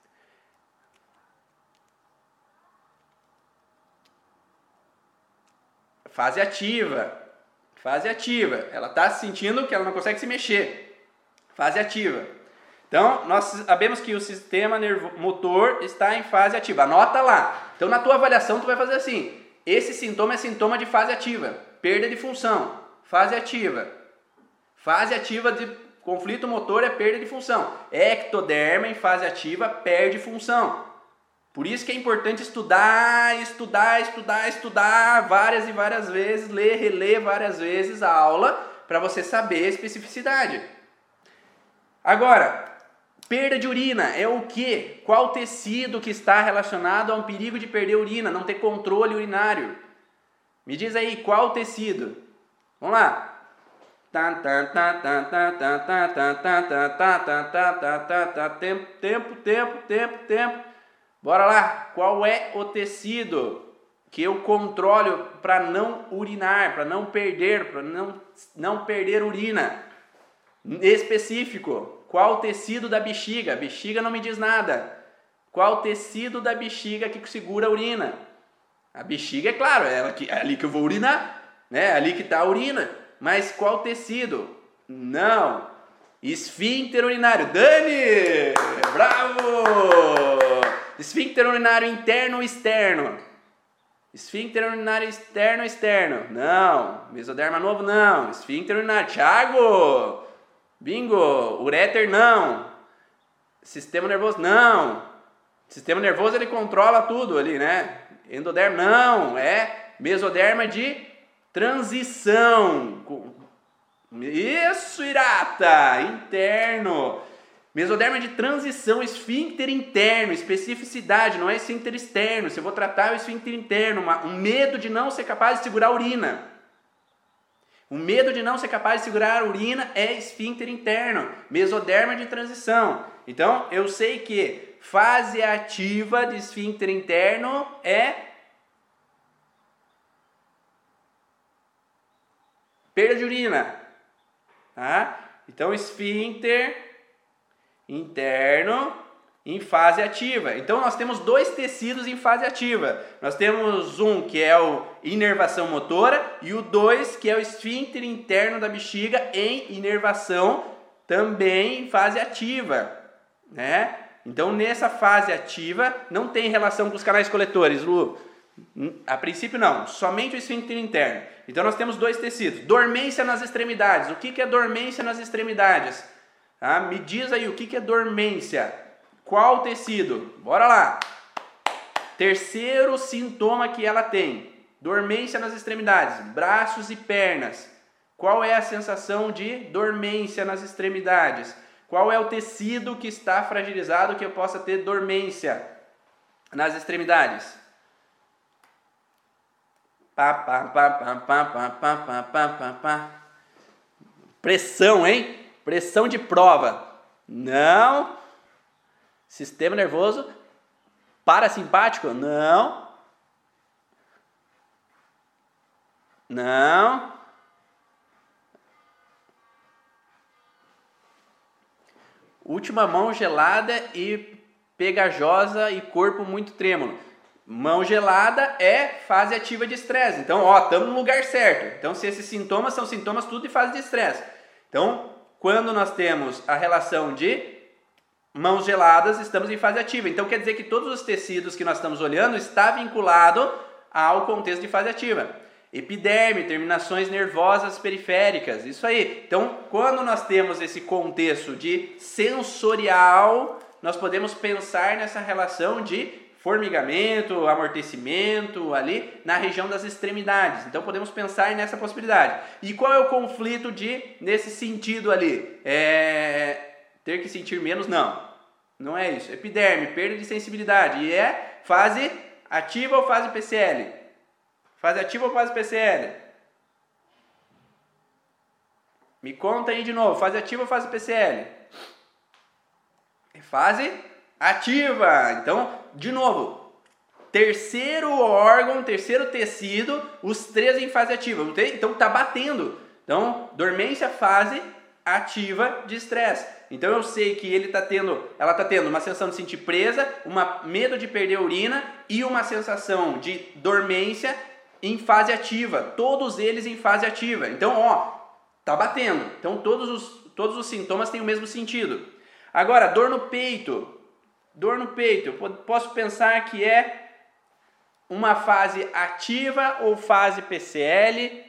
Fase ativa. Fase ativa. Ela está sentindo que ela não consegue se mexer. Fase ativa. Então, nós sabemos que o sistema motor está em fase ativa. Anota lá. Então, na tua avaliação, tu vai fazer assim. Esse sintoma é sintoma de fase ativa. Perda de função. Fase ativa. Fase ativa de conflito motor é perda de função. Ectoderma em fase ativa perde função. Por isso que é importante estudar, estudar, estudar, estudar várias e várias vezes, ler, reler várias vezes a aula para você saber a especificidade. Agora, perda de urina é o quê? Qual tecido que está relacionado a um perigo de perder urina, não ter controle urinário? Me diz aí, qual tecido? Vamos lá. Tempo, tempo, tempo, tempo, tempo. Bora lá, qual é o tecido que eu controlo para não urinar, para não perder, para não, não perder urina? Específico, qual tecido da bexiga? Bexiga não me diz nada. Qual tecido da bexiga que segura a urina? A bexiga, é claro, é, ela que, é ali que eu vou urinar, né? É ali que está a urina. Mas qual tecido? Não. Esfíncter urinário. Dani! Bravo! Esfíncter urinário interno ou externo? Esfíncter urinário externo ou externo? Não. Mesoderma novo? Não. Esfíncter urinário. Thiago! Bingo! Uréter? Não. Sistema nervoso? Não. Sistema nervoso ele controla tudo ali, né? Endoderma? Não. É mesoderma de transição. Isso, Irata! Interno. Mesoderma de transição, esfíncter interno, especificidade, não é esfíncter externo. Se eu vou tratar o esfíncter interno, uma, um medo de não ser capaz de segurar a urina. O medo de não ser capaz de segurar a urina é esfíncter interno, mesoderma de transição. Então, eu sei que fase ativa de esfíncter interno é perda de urina. Tá? Então, esfíncter interno em fase ativa. Então, nós temos dois tecidos em fase ativa. Nós temos um que é o inervação motora e o dois que é o esfíncter interno da bexiga em inervação também em fase ativa. Né? Então, nessa fase ativa, não tem relação com os canais coletores, Lu. A princípio, não. Somente o esfíncter interno. Então, nós temos dois tecidos. Dormência nas extremidades. O que é dormência nas extremidades? Ah, me diz aí o que é dormência. Qual tecido? Bora lá. Terceiro sintoma que ela tem. Dormência nas extremidades. Braços e pernas. Qual é a sensação de dormência nas extremidades? Qual é o tecido que está fragilizado que eu possa ter dormência nas extremidades? Pá, pá, pá, pá, pá, pá, pá, pá, pá, pá, pá. Pressão, hein? Pressão de prova. Não. Sistema nervoso parasimpático. Não. Não. Última mão gelada e pegajosa e corpo muito trêmulo. Mão gelada é fase ativa de estresse. Então, ó, estamos no lugar certo. Então, se esses sintomas são sintomas tudo de fase de estresse. Então, quando nós temos a relação de mãos geladas, estamos em fase ativa. Então, quer dizer que todos os tecidos que nós estamos olhando está vinculado ao contexto de fase ativa. Epiderme, terminações nervosas periféricas, isso aí. Então, quando nós temos esse contexto de sensorial, nós podemos pensar nessa relação de formigamento, amortecimento ali na região das extremidades. Então podemos pensar nessa possibilidade. E qual é o conflito de nesse sentido ali? É ter que sentir menos? Não. Não é isso. Epiderme, perda de sensibilidade. E é fase ativa ou fase P C L? Fase ativa ou fase P C L? Me conta aí de novo. Fase ativa ou fase P C L? É fase ativa. Então, de novo, terceiro órgão, terceiro tecido, os três em fase ativa. Então tá batendo. Então, dormência, fase ativa de estresse. Então eu sei que ele tá tendo, ela tá tendo uma sensação de sentir presa, uma medo de perder a urina e uma sensação de dormência em fase ativa. Todos eles em fase ativa. Então, ó, tá batendo. Então todos os, todos os sintomas têm o mesmo sentido. Agora, dor no peito. Dor no peito, eu posso pensar que é uma fase ativa ou fase P C L?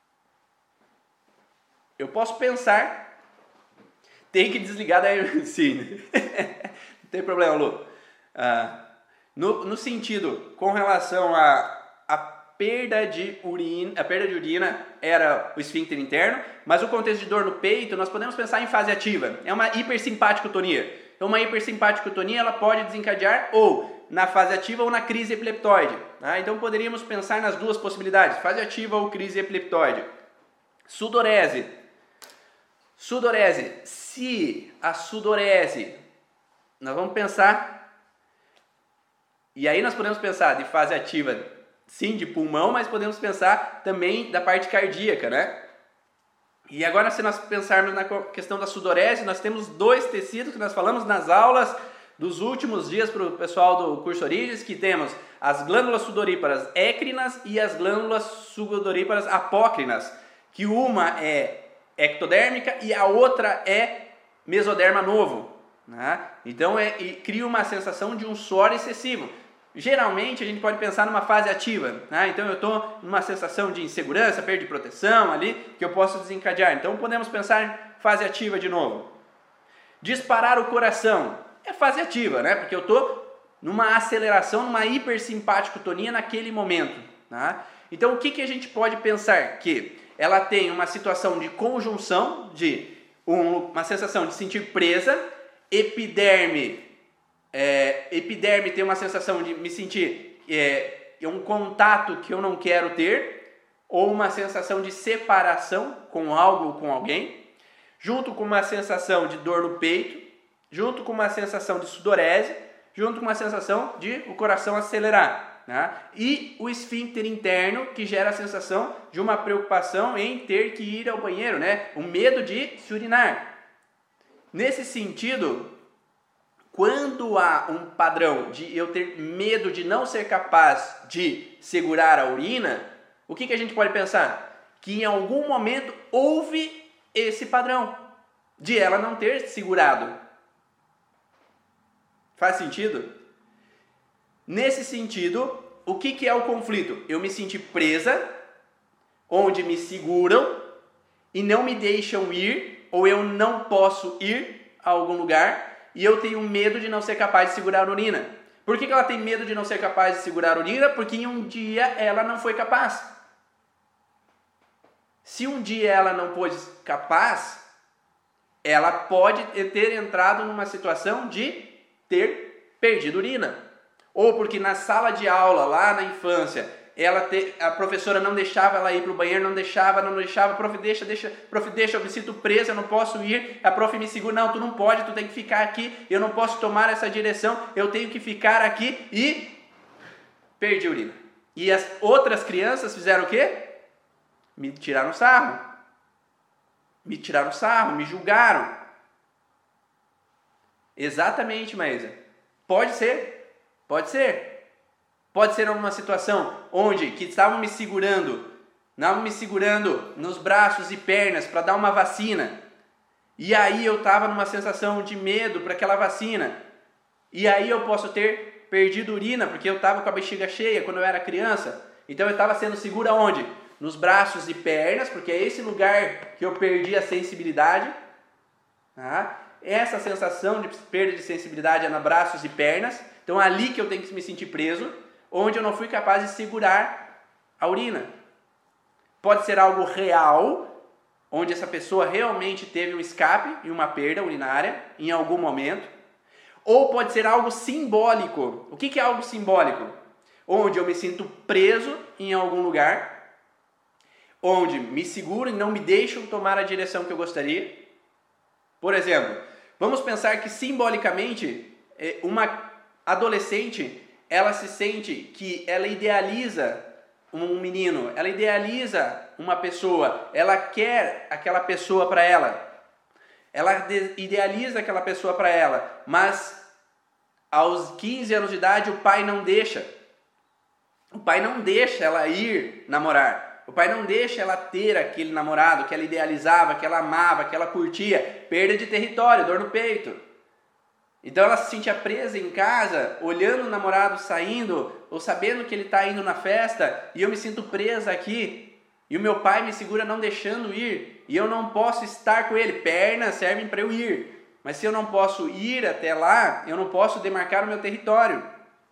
Eu posso pensar. Tem que desligar daí, sim. Não tem problema, Lu. Ah, no, no sentido, com relação a, a perda de urina, a perda de urina era o esfíncter interno, mas o contexto de dor no peito, nós podemos pensar em fase ativa. É uma hipersimpaticotonia. Então, uma hipersimpaticotonia ela pode desencadear ou na fase ativa ou na crise epileptoide. Tá? Então, poderíamos pensar nas duas possibilidades, fase ativa ou crise epileptoide. Sudorese. Sudorese. Se a sudorese, nós vamos pensar, e aí nós podemos pensar de fase ativa, sim, de pulmão, mas podemos pensar também da parte cardíaca, né? E agora, se nós pensarmos na questão da sudorese, nós temos dois tecidos que nós falamos nas aulas dos últimos dias para o pessoal do curso Origens, que temos as glândulas sudoríparas écrinas e as glândulas sudoríparas apócrinas, que uma é ectodérmica e a outra é mesoderma novo. Né? Então, é, e cria uma sensação de um suor excessivo. Geralmente a gente pode pensar numa fase ativa, né? Então eu estou numa sensação de insegurança, perda de proteção ali, que eu posso desencadear. Então podemos pensar em fase ativa de novo. Disparar o coração é fase ativa, né? Porque eu estou numa aceleração, numa hipersimpaticotonia naquele momento. Tá? Então o que, que a gente pode pensar? Que ela tem uma situação de conjunção, de um, uma sensação de sentir presa, epiderme. É, epiderme tem uma sensação de me sentir é, um contato que eu não quero ter, ou uma sensação de separação com algo ou com alguém, junto com uma sensação de dor no peito, junto com uma sensação de sudorese, junto com uma sensação de o coração acelerar. Né? E o esfíncter interno, que gera a sensação de uma preocupação em ter que ir ao banheiro, né? O medo de se urinar. Nesse sentido, quando há um padrão de eu ter medo de não ser capaz de segurar a urina, o que, que a gente pode pensar? Que em algum momento houve esse padrão de ela não ter segurado. Faz sentido? Nesse sentido, o que, que é o conflito? Eu me senti presa, onde me seguram e não me deixam ir, ou eu não posso ir a algum lugar, e eu tenho medo de não ser capaz de segurar a urina. Por que, que ela tem medo de não ser capaz de segurar a urina? Porque em um dia ela não foi capaz. Se um dia ela não foi capaz, ela pode ter entrado numa situação de ter perdido urina. Ou porque na sala de aula, lá na infância, ela te, a professora não deixava ela ir para o banheiro, não deixava, não deixava, prof, deixa, deixa, prof, deixa, eu me sinto presa, eu não posso ir, a prof me segura, não, tu não pode, tu tem que ficar aqui, eu não posso tomar essa direção, eu tenho que ficar aqui e perdi a urina. E as outras crianças fizeram o quê? Me tiraram sarro, me tiraram sarro, me julgaram. Exatamente, Maísa, pode ser, pode ser. Pode ser uma situação onde que estavam me segurando, estavam me segurando nos braços e pernas para dar uma vacina. E aí eu estava numa sensação de medo para aquela vacina. E aí eu posso ter perdido urina, porque eu estava com a bexiga cheia quando eu era criança. Então eu estava sendo seguro aonde? Nos braços e pernas, porque é esse lugar que eu perdi a sensibilidade. Tá? Essa sensação de perda de sensibilidade é nos braços e pernas. Então é ali que eu tenho que me sentir preso, onde eu não fui capaz de segurar a urina. Pode ser algo real, onde essa pessoa realmente teve um escape e uma perda urinária em algum momento. Ou pode ser algo simbólico. O que é algo simbólico? Onde eu me sinto preso em algum lugar, onde me seguro e não me deixam tomar a direção que eu gostaria. Por exemplo, vamos pensar que simbolicamente uma adolescente, ela se sente que ela idealiza um menino, ela idealiza uma pessoa, ela quer aquela pessoa para ela, ela idealiza aquela pessoa para ela, mas aos quinze anos de idade o pai não deixa, o pai não deixa ela ir namorar, o pai não deixa ela ter aquele namorado que ela idealizava, que ela amava, que ela curtia, perda de território, dor no peito. Então ela se sentia presa em casa, olhando o namorado saindo, ou sabendo que ele está indo na festa, e eu me sinto presa aqui, e o meu pai me segura não deixando ir, e eu não posso estar com ele. Pernas servem para eu ir, mas se eu não posso ir até lá, eu não posso demarcar o meu território.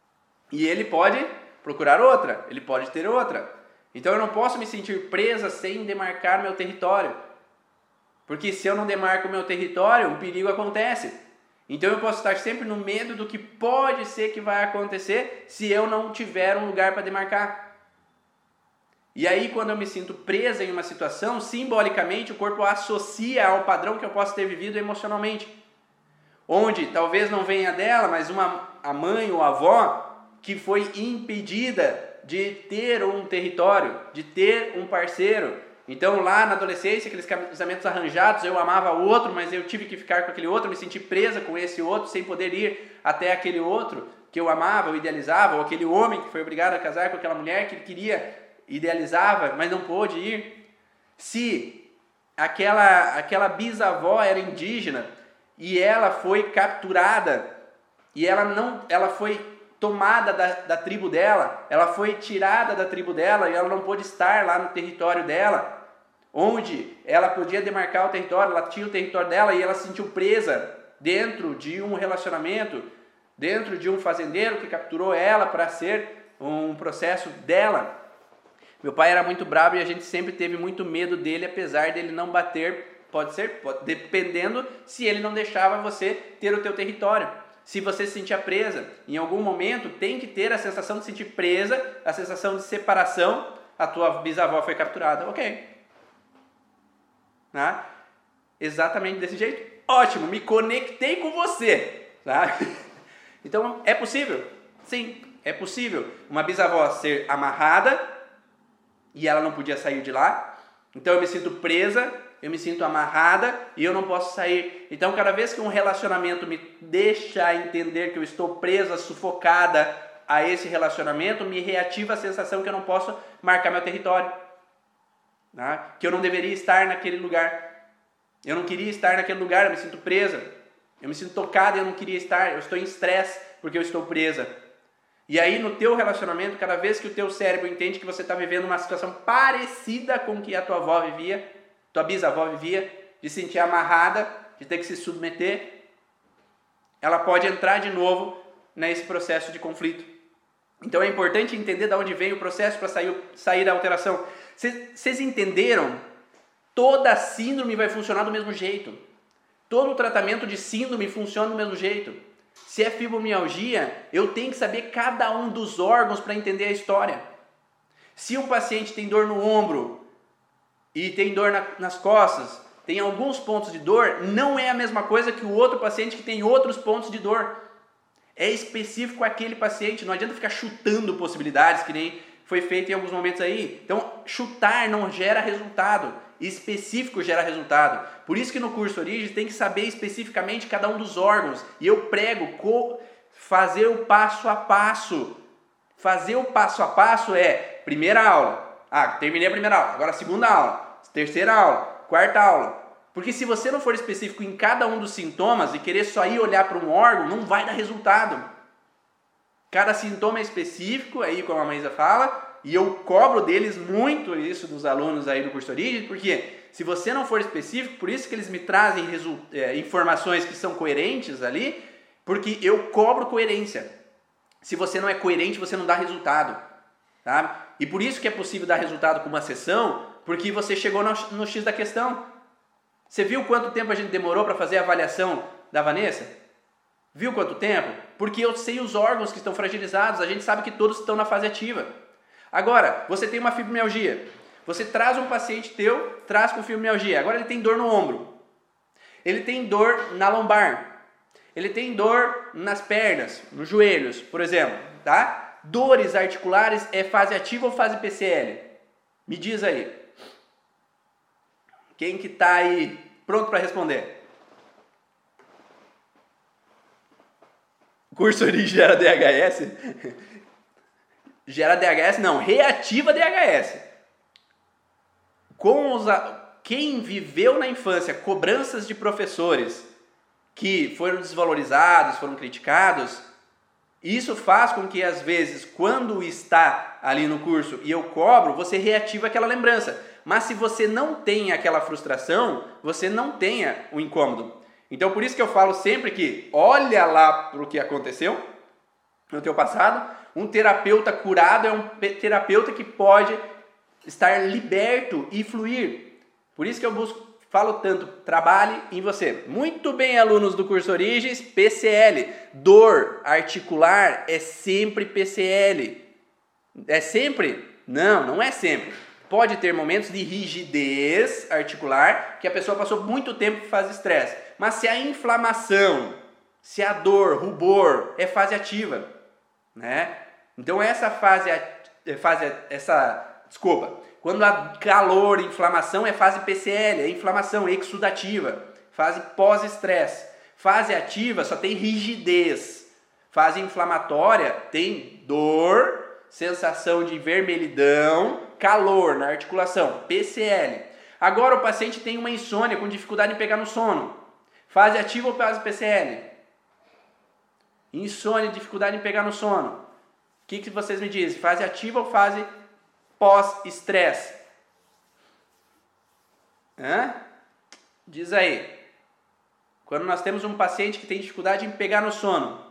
E ele pode procurar outra, ele pode ter outra. Então eu não posso me sentir presa sem demarcar meu território, porque se eu não demarco o meu território, um perigo acontece. Então eu posso estar sempre no medo do que pode ser que vai acontecer se eu não tiver um lugar para demarcar. E aí quando eu me sinto presa em uma situação, simbolicamente o corpo associa ao padrão que eu posso ter vivido emocionalmente. Onde talvez não venha dela, mas uma, a mãe ou a avó que foi impedida de ter um território, de ter um parceiro. Então lá na adolescência, aqueles casamentos arranjados, eu amava o outro, mas eu tive que ficar com aquele outro, me senti presa com esse outro, sem poder ir até aquele outro que eu amava, eu idealizava, ou aquele homem que foi obrigado a casar com aquela mulher que ele queria, idealizava, mas não pôde ir. Se aquela, aquela bisavó era indígena e ela foi capturada e ela, não, ela foi tomada da, da tribo dela, ela foi tirada da tribo dela e ela não pôde estar lá no território dela, onde ela podia demarcar o território, ela tinha o território dela e ela se sentiu presa dentro de um relacionamento, dentro de um fazendeiro que capturou ela para ser um processo dela. Meu pai era muito bravo e a gente sempre teve muito medo dele, apesar dele não bater, pode ser, pode, dependendo se ele não deixava você ter o teu território. Se você se sentia presa, em algum momento tem que ter a sensação de se sentir presa, a sensação de separação, a tua bisavó foi capturada, ok. Tá? Exatamente desse jeito, ótimo, me conectei com você. Tá? Então, é possível? Sim, é possível. Uma bisavó ser amarrada e ela não podia sair de lá, então eu me sinto presa, eu me sinto amarrada e eu não posso sair. Então, cada vez que um relacionamento me deixa entender que eu estou presa, sufocada a esse relacionamento, me reativa a sensação que eu não posso marcar meu território. Tá? Que eu não deveria estar naquele lugar. Eu não queria estar naquele lugar, eu me sinto presa. Eu me sinto tocada e eu não queria estar. Eu estou em estresse porque eu estou presa. E aí, no teu relacionamento, cada vez que o teu cérebro entende que você está vivendo uma situação parecida com o que a tua avó vivia, tua bisavó vivia, de se sentir amarrada, de ter que se submeter, ela pode entrar de novo nesse processo de conflito. Então é importante entender de onde vem o processo para sair, sair da alteração. Vocês entenderam? Toda síndrome vai funcionar do mesmo jeito. Todo o tratamento de síndrome funciona do mesmo jeito. Se é fibromialgia, eu tenho que saber cada um dos órgãos para entender a história. Se um paciente tem dor no ombro e tem dor na, nas costas, tem alguns pontos de dor, não é a mesma coisa que o outro paciente que tem outros pontos de dor. É específico aquele paciente, não adianta ficar chutando possibilidades, que nem foi feito em alguns momentos aí. Então, chutar não gera resultado, específico gera resultado. Por isso que no curso Origem tem que saber especificamente cada um dos órgãos. E eu prego fazer o passo a passo. Fazer o passo a passo é primeira aula. Ah, terminei a primeira aula. Agora a segunda aula, terceira aula, quarta aula. Porque se você não for específico em cada um dos sintomas e querer só ir olhar para um órgão, não vai dar resultado. Cada sintoma é específico, aí como a Maísa fala, e eu cobro deles muito isso dos alunos aí do curso Origem, porque se você não for específico, por isso que eles me trazem é, informações que são coerentes ali, porque eu cobro coerência. Se você não é coerente, você não dá resultado. Tá? E por isso que é possível dar resultado com uma sessão, porque você chegou no, no X da questão. Você viu quanto tempo a gente demorou para fazer a avaliação da Vanessa? Viu quanto tempo? Porque eu sei os órgãos que estão fragilizados, a gente sabe que todos estão na fase ativa. Agora, você tem uma fibromialgia. Você traz um paciente teu, traz com fibromialgia. Agora ele tem dor no ombro. Ele tem dor na lombar. Ele tem dor nas pernas, nos joelhos, por exemplo. Tá? Dores articulares é fase ativa ou fase P C L? Me diz aí. Quem que está aí pronto para responder? Curso Origem gera D H S? Gera D H S? Não, reativa D H S. Com os, quem viveu na infância cobranças de professores que foram desvalorizados, foram criticados, isso faz com que às vezes, quando está ali no curso e eu cobro, você reativa aquela lembrança. Mas se você não tem aquela frustração, você não tenha o incômodo. Então por isso que eu falo sempre que olha lá para o que aconteceu no teu passado. Um terapeuta curado é um terapeuta que pode estar liberto e fluir. Por isso que eu busco, falo tanto, trabalhe em você. Muito bem, alunos do curso Origens, P C L. Dor articular é sempre P C L. É sempre? Não, não é sempre. Pode ter momentos de rigidez articular, que a pessoa passou muito tempo em fase estresse. Mas se a inflamação, se a dor, rubor, é fase ativa, né? Então essa fase, fase essa, desculpa, quando há calor, inflamação, é fase P C L, é inflamação exudativa, fase pós-estresse. Fase ativa só tem rigidez. Fase inflamatória tem dor, sensação de vermelhidão, calor na articulação, P C L. Agora o paciente tem uma insônia com dificuldade em pegar no sono. Fase ativa ou fase P C L? Insônia, dificuldade em pegar no sono. O que, que vocês me dizem? Fase ativa ou fase pós-estresse? Hã? Diz aí. Quando nós temos um paciente que tem dificuldade em pegar no sono.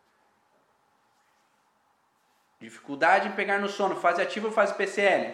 Dificuldade em pegar no sono, fase ativa ou fase P C L?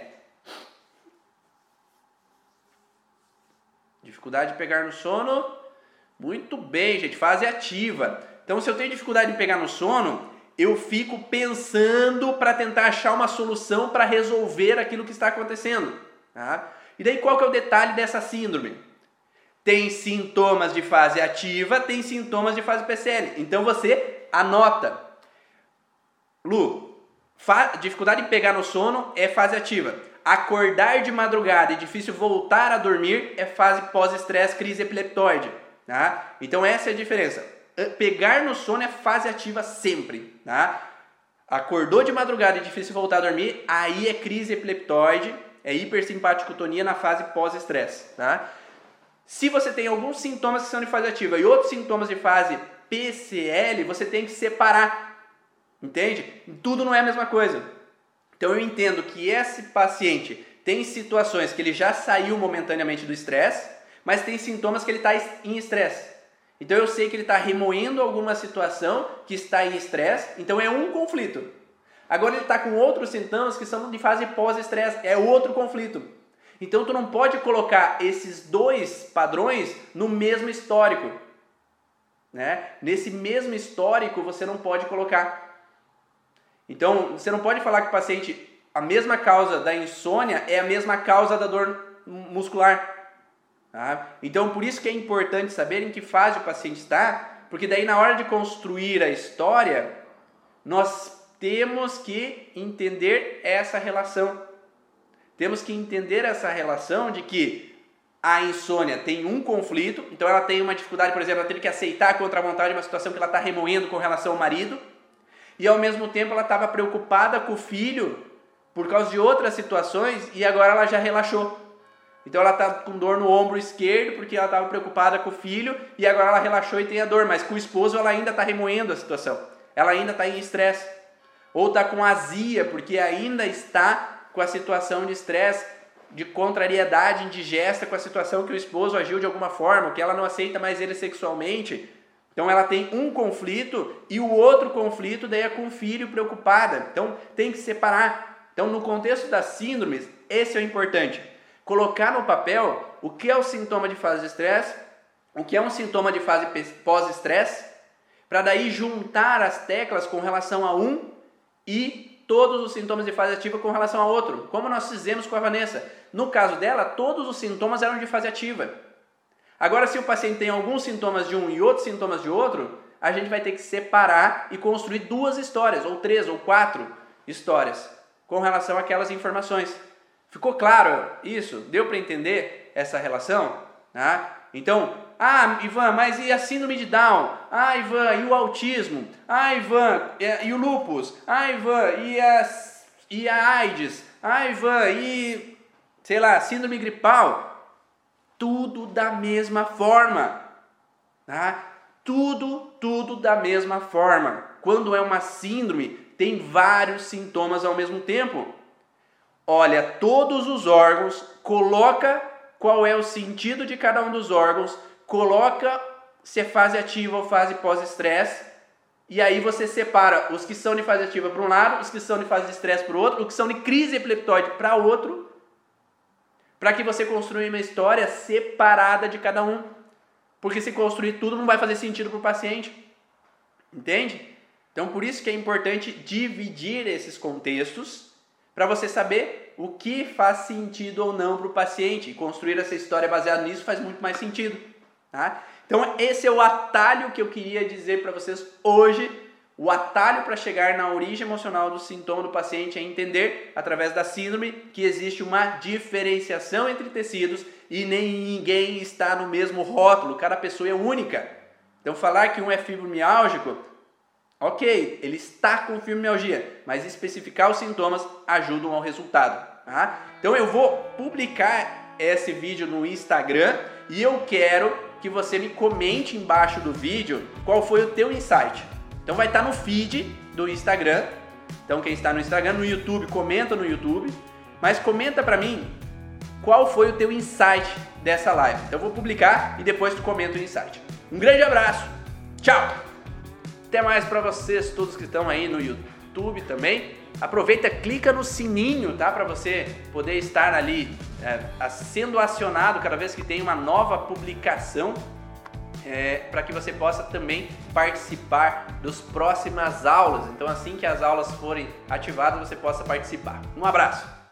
Dificuldade de pegar no sono, muito bem, gente, fase ativa. Então, se eu tenho dificuldade em pegar no sono, eu fico pensando para tentar achar uma solução para resolver aquilo que está acontecendo. Tá? E daí, qual que é o detalhe dessa síndrome? Tem sintomas de fase ativa, tem sintomas de fase P C L. Então, você anota. Lu, dificuldade em pegar no sono é fase ativa. Acordar de madrugada e difícil voltar a dormir é fase pós-estresse, crise epileptoide. Tá? Então essa é a diferença. Pegar no sono é fase ativa sempre. Tá? Acordou de madrugada e difícil voltar a dormir, aí é crise epileptoide, é hipersimpaticotonia na fase pós-estresse. Tá? Se você tem alguns sintomas que são de fase ativa e outros sintomas de fase P C L, você tem que separar. Entende? Tudo não é a mesma coisa. Então eu entendo que esse paciente tem situações que ele já saiu momentaneamente do estresse, mas tem sintomas que ele está em estresse. Então eu sei que ele está remoendo alguma situação que está em estresse, então é um conflito. Agora ele está com outros sintomas que são de fase pós-estresse, é outro conflito. Então tu não pode colocar esses dois padrões no mesmo histórico. Né? Nesse mesmo histórico você não pode colocar. Então, você não pode falar que o paciente a mesma causa da insônia é a mesma causa da dor muscular. Tá? Então, por isso que é importante saber em que fase o paciente está, porque daí na hora de construir a história, nós temos que entender essa relação. Temos que entender essa relação de que a insônia tem um conflito, então ela tem uma dificuldade, por exemplo, ela teve que aceitar contra a vontade uma situação que ela está remoendo com relação ao marido, e ao mesmo tempo ela estava preocupada com o filho por causa de outras situações, e agora ela já relaxou. Então ela está com dor no ombro esquerdo porque ela estava preocupada com o filho e agora ela relaxou e tem a dor, mas com o esposo ela ainda está remoendo a situação, ela ainda está em estresse. Ou está com azia porque ainda está com a situação de estresse, de contrariedade indigesta com a situação que o esposo agiu de alguma forma, que ela não aceita mais ele sexualmente. Então ela tem um conflito e o outro conflito daí é com o filho preocupada. Então tem que separar. Então no contexto das síndromes, esse é o importante. Colocar no papel o que é o sintoma de fase de estresse, o que é um sintoma de fase pós-estresse, para daí juntar as teclas com relação a um e todos os sintomas de fase ativa com relação a outro, como nós fizemos com a Vanessa. No caso dela, todos os sintomas eram de fase ativa. Agora, se o paciente tem alguns sintomas de um e outros sintomas de outro, a gente vai ter que separar e construir duas histórias, ou três, ou quatro histórias, com relação àquelas informações. Ficou claro isso? Deu para entender essa relação? Ah, então, ah, Ivan, mas e a síndrome de Down? Ah, Ivan, e o autismo? Ah, Ivan, e, e o lúpus? Ah, Ivan, e a, e a AIDS? Ah, Ivan, e, sei lá, síndrome gripal? Tudo da mesma forma. Tá? Tudo, tudo da mesma forma. Quando é uma síndrome, tem vários sintomas ao mesmo tempo. Olha todos os órgãos, coloca qual é o sentido de cada um dos órgãos, coloca se é fase ativa ou fase pós-estresse, e aí você separa os que são de fase ativa para um lado, os que são de fase de estresse para o outro, os que são de crise epileptóide para o outro, para que você construa uma história separada de cada um. Porque se construir tudo não vai fazer sentido para o paciente. Entende? Então por isso que é importante dividir esses contextos, para você saber o que faz sentido ou não para o paciente. E construir essa história baseada nisso faz muito mais sentido. Tá? Então esse é o atalho que eu queria dizer para vocês hoje. O atalho para chegar na origem emocional do sintoma do paciente é entender, através da síndrome, que existe uma diferenciação entre tecidos e nem ninguém está no mesmo rótulo. Cada pessoa é única. Então falar que um é fibromialgico, ok, ele está com fibromialgia, mas especificar os sintomas ajudam ao resultado. Tá? Então eu vou publicar esse vídeo no Instagram e eu quero que você me comente embaixo do vídeo qual foi o teu insight. Então vai estar no feed do Instagram. Então quem está no Instagram, no YouTube, comenta no YouTube, mas comenta para mim qual foi o teu insight dessa live. Então eu vou publicar e depois tu comenta o insight. Um grande abraço, tchau! Até mais para vocês, todos que estão aí no YouTube também. Aproveita, clica no sininho, tá? Para você poder estar ali é, sendo acionado cada vez que tem uma nova publicação, é, para que você possa também participar das próximas aulas. Então assim que as aulas forem ativadas, você possa participar. Um abraço!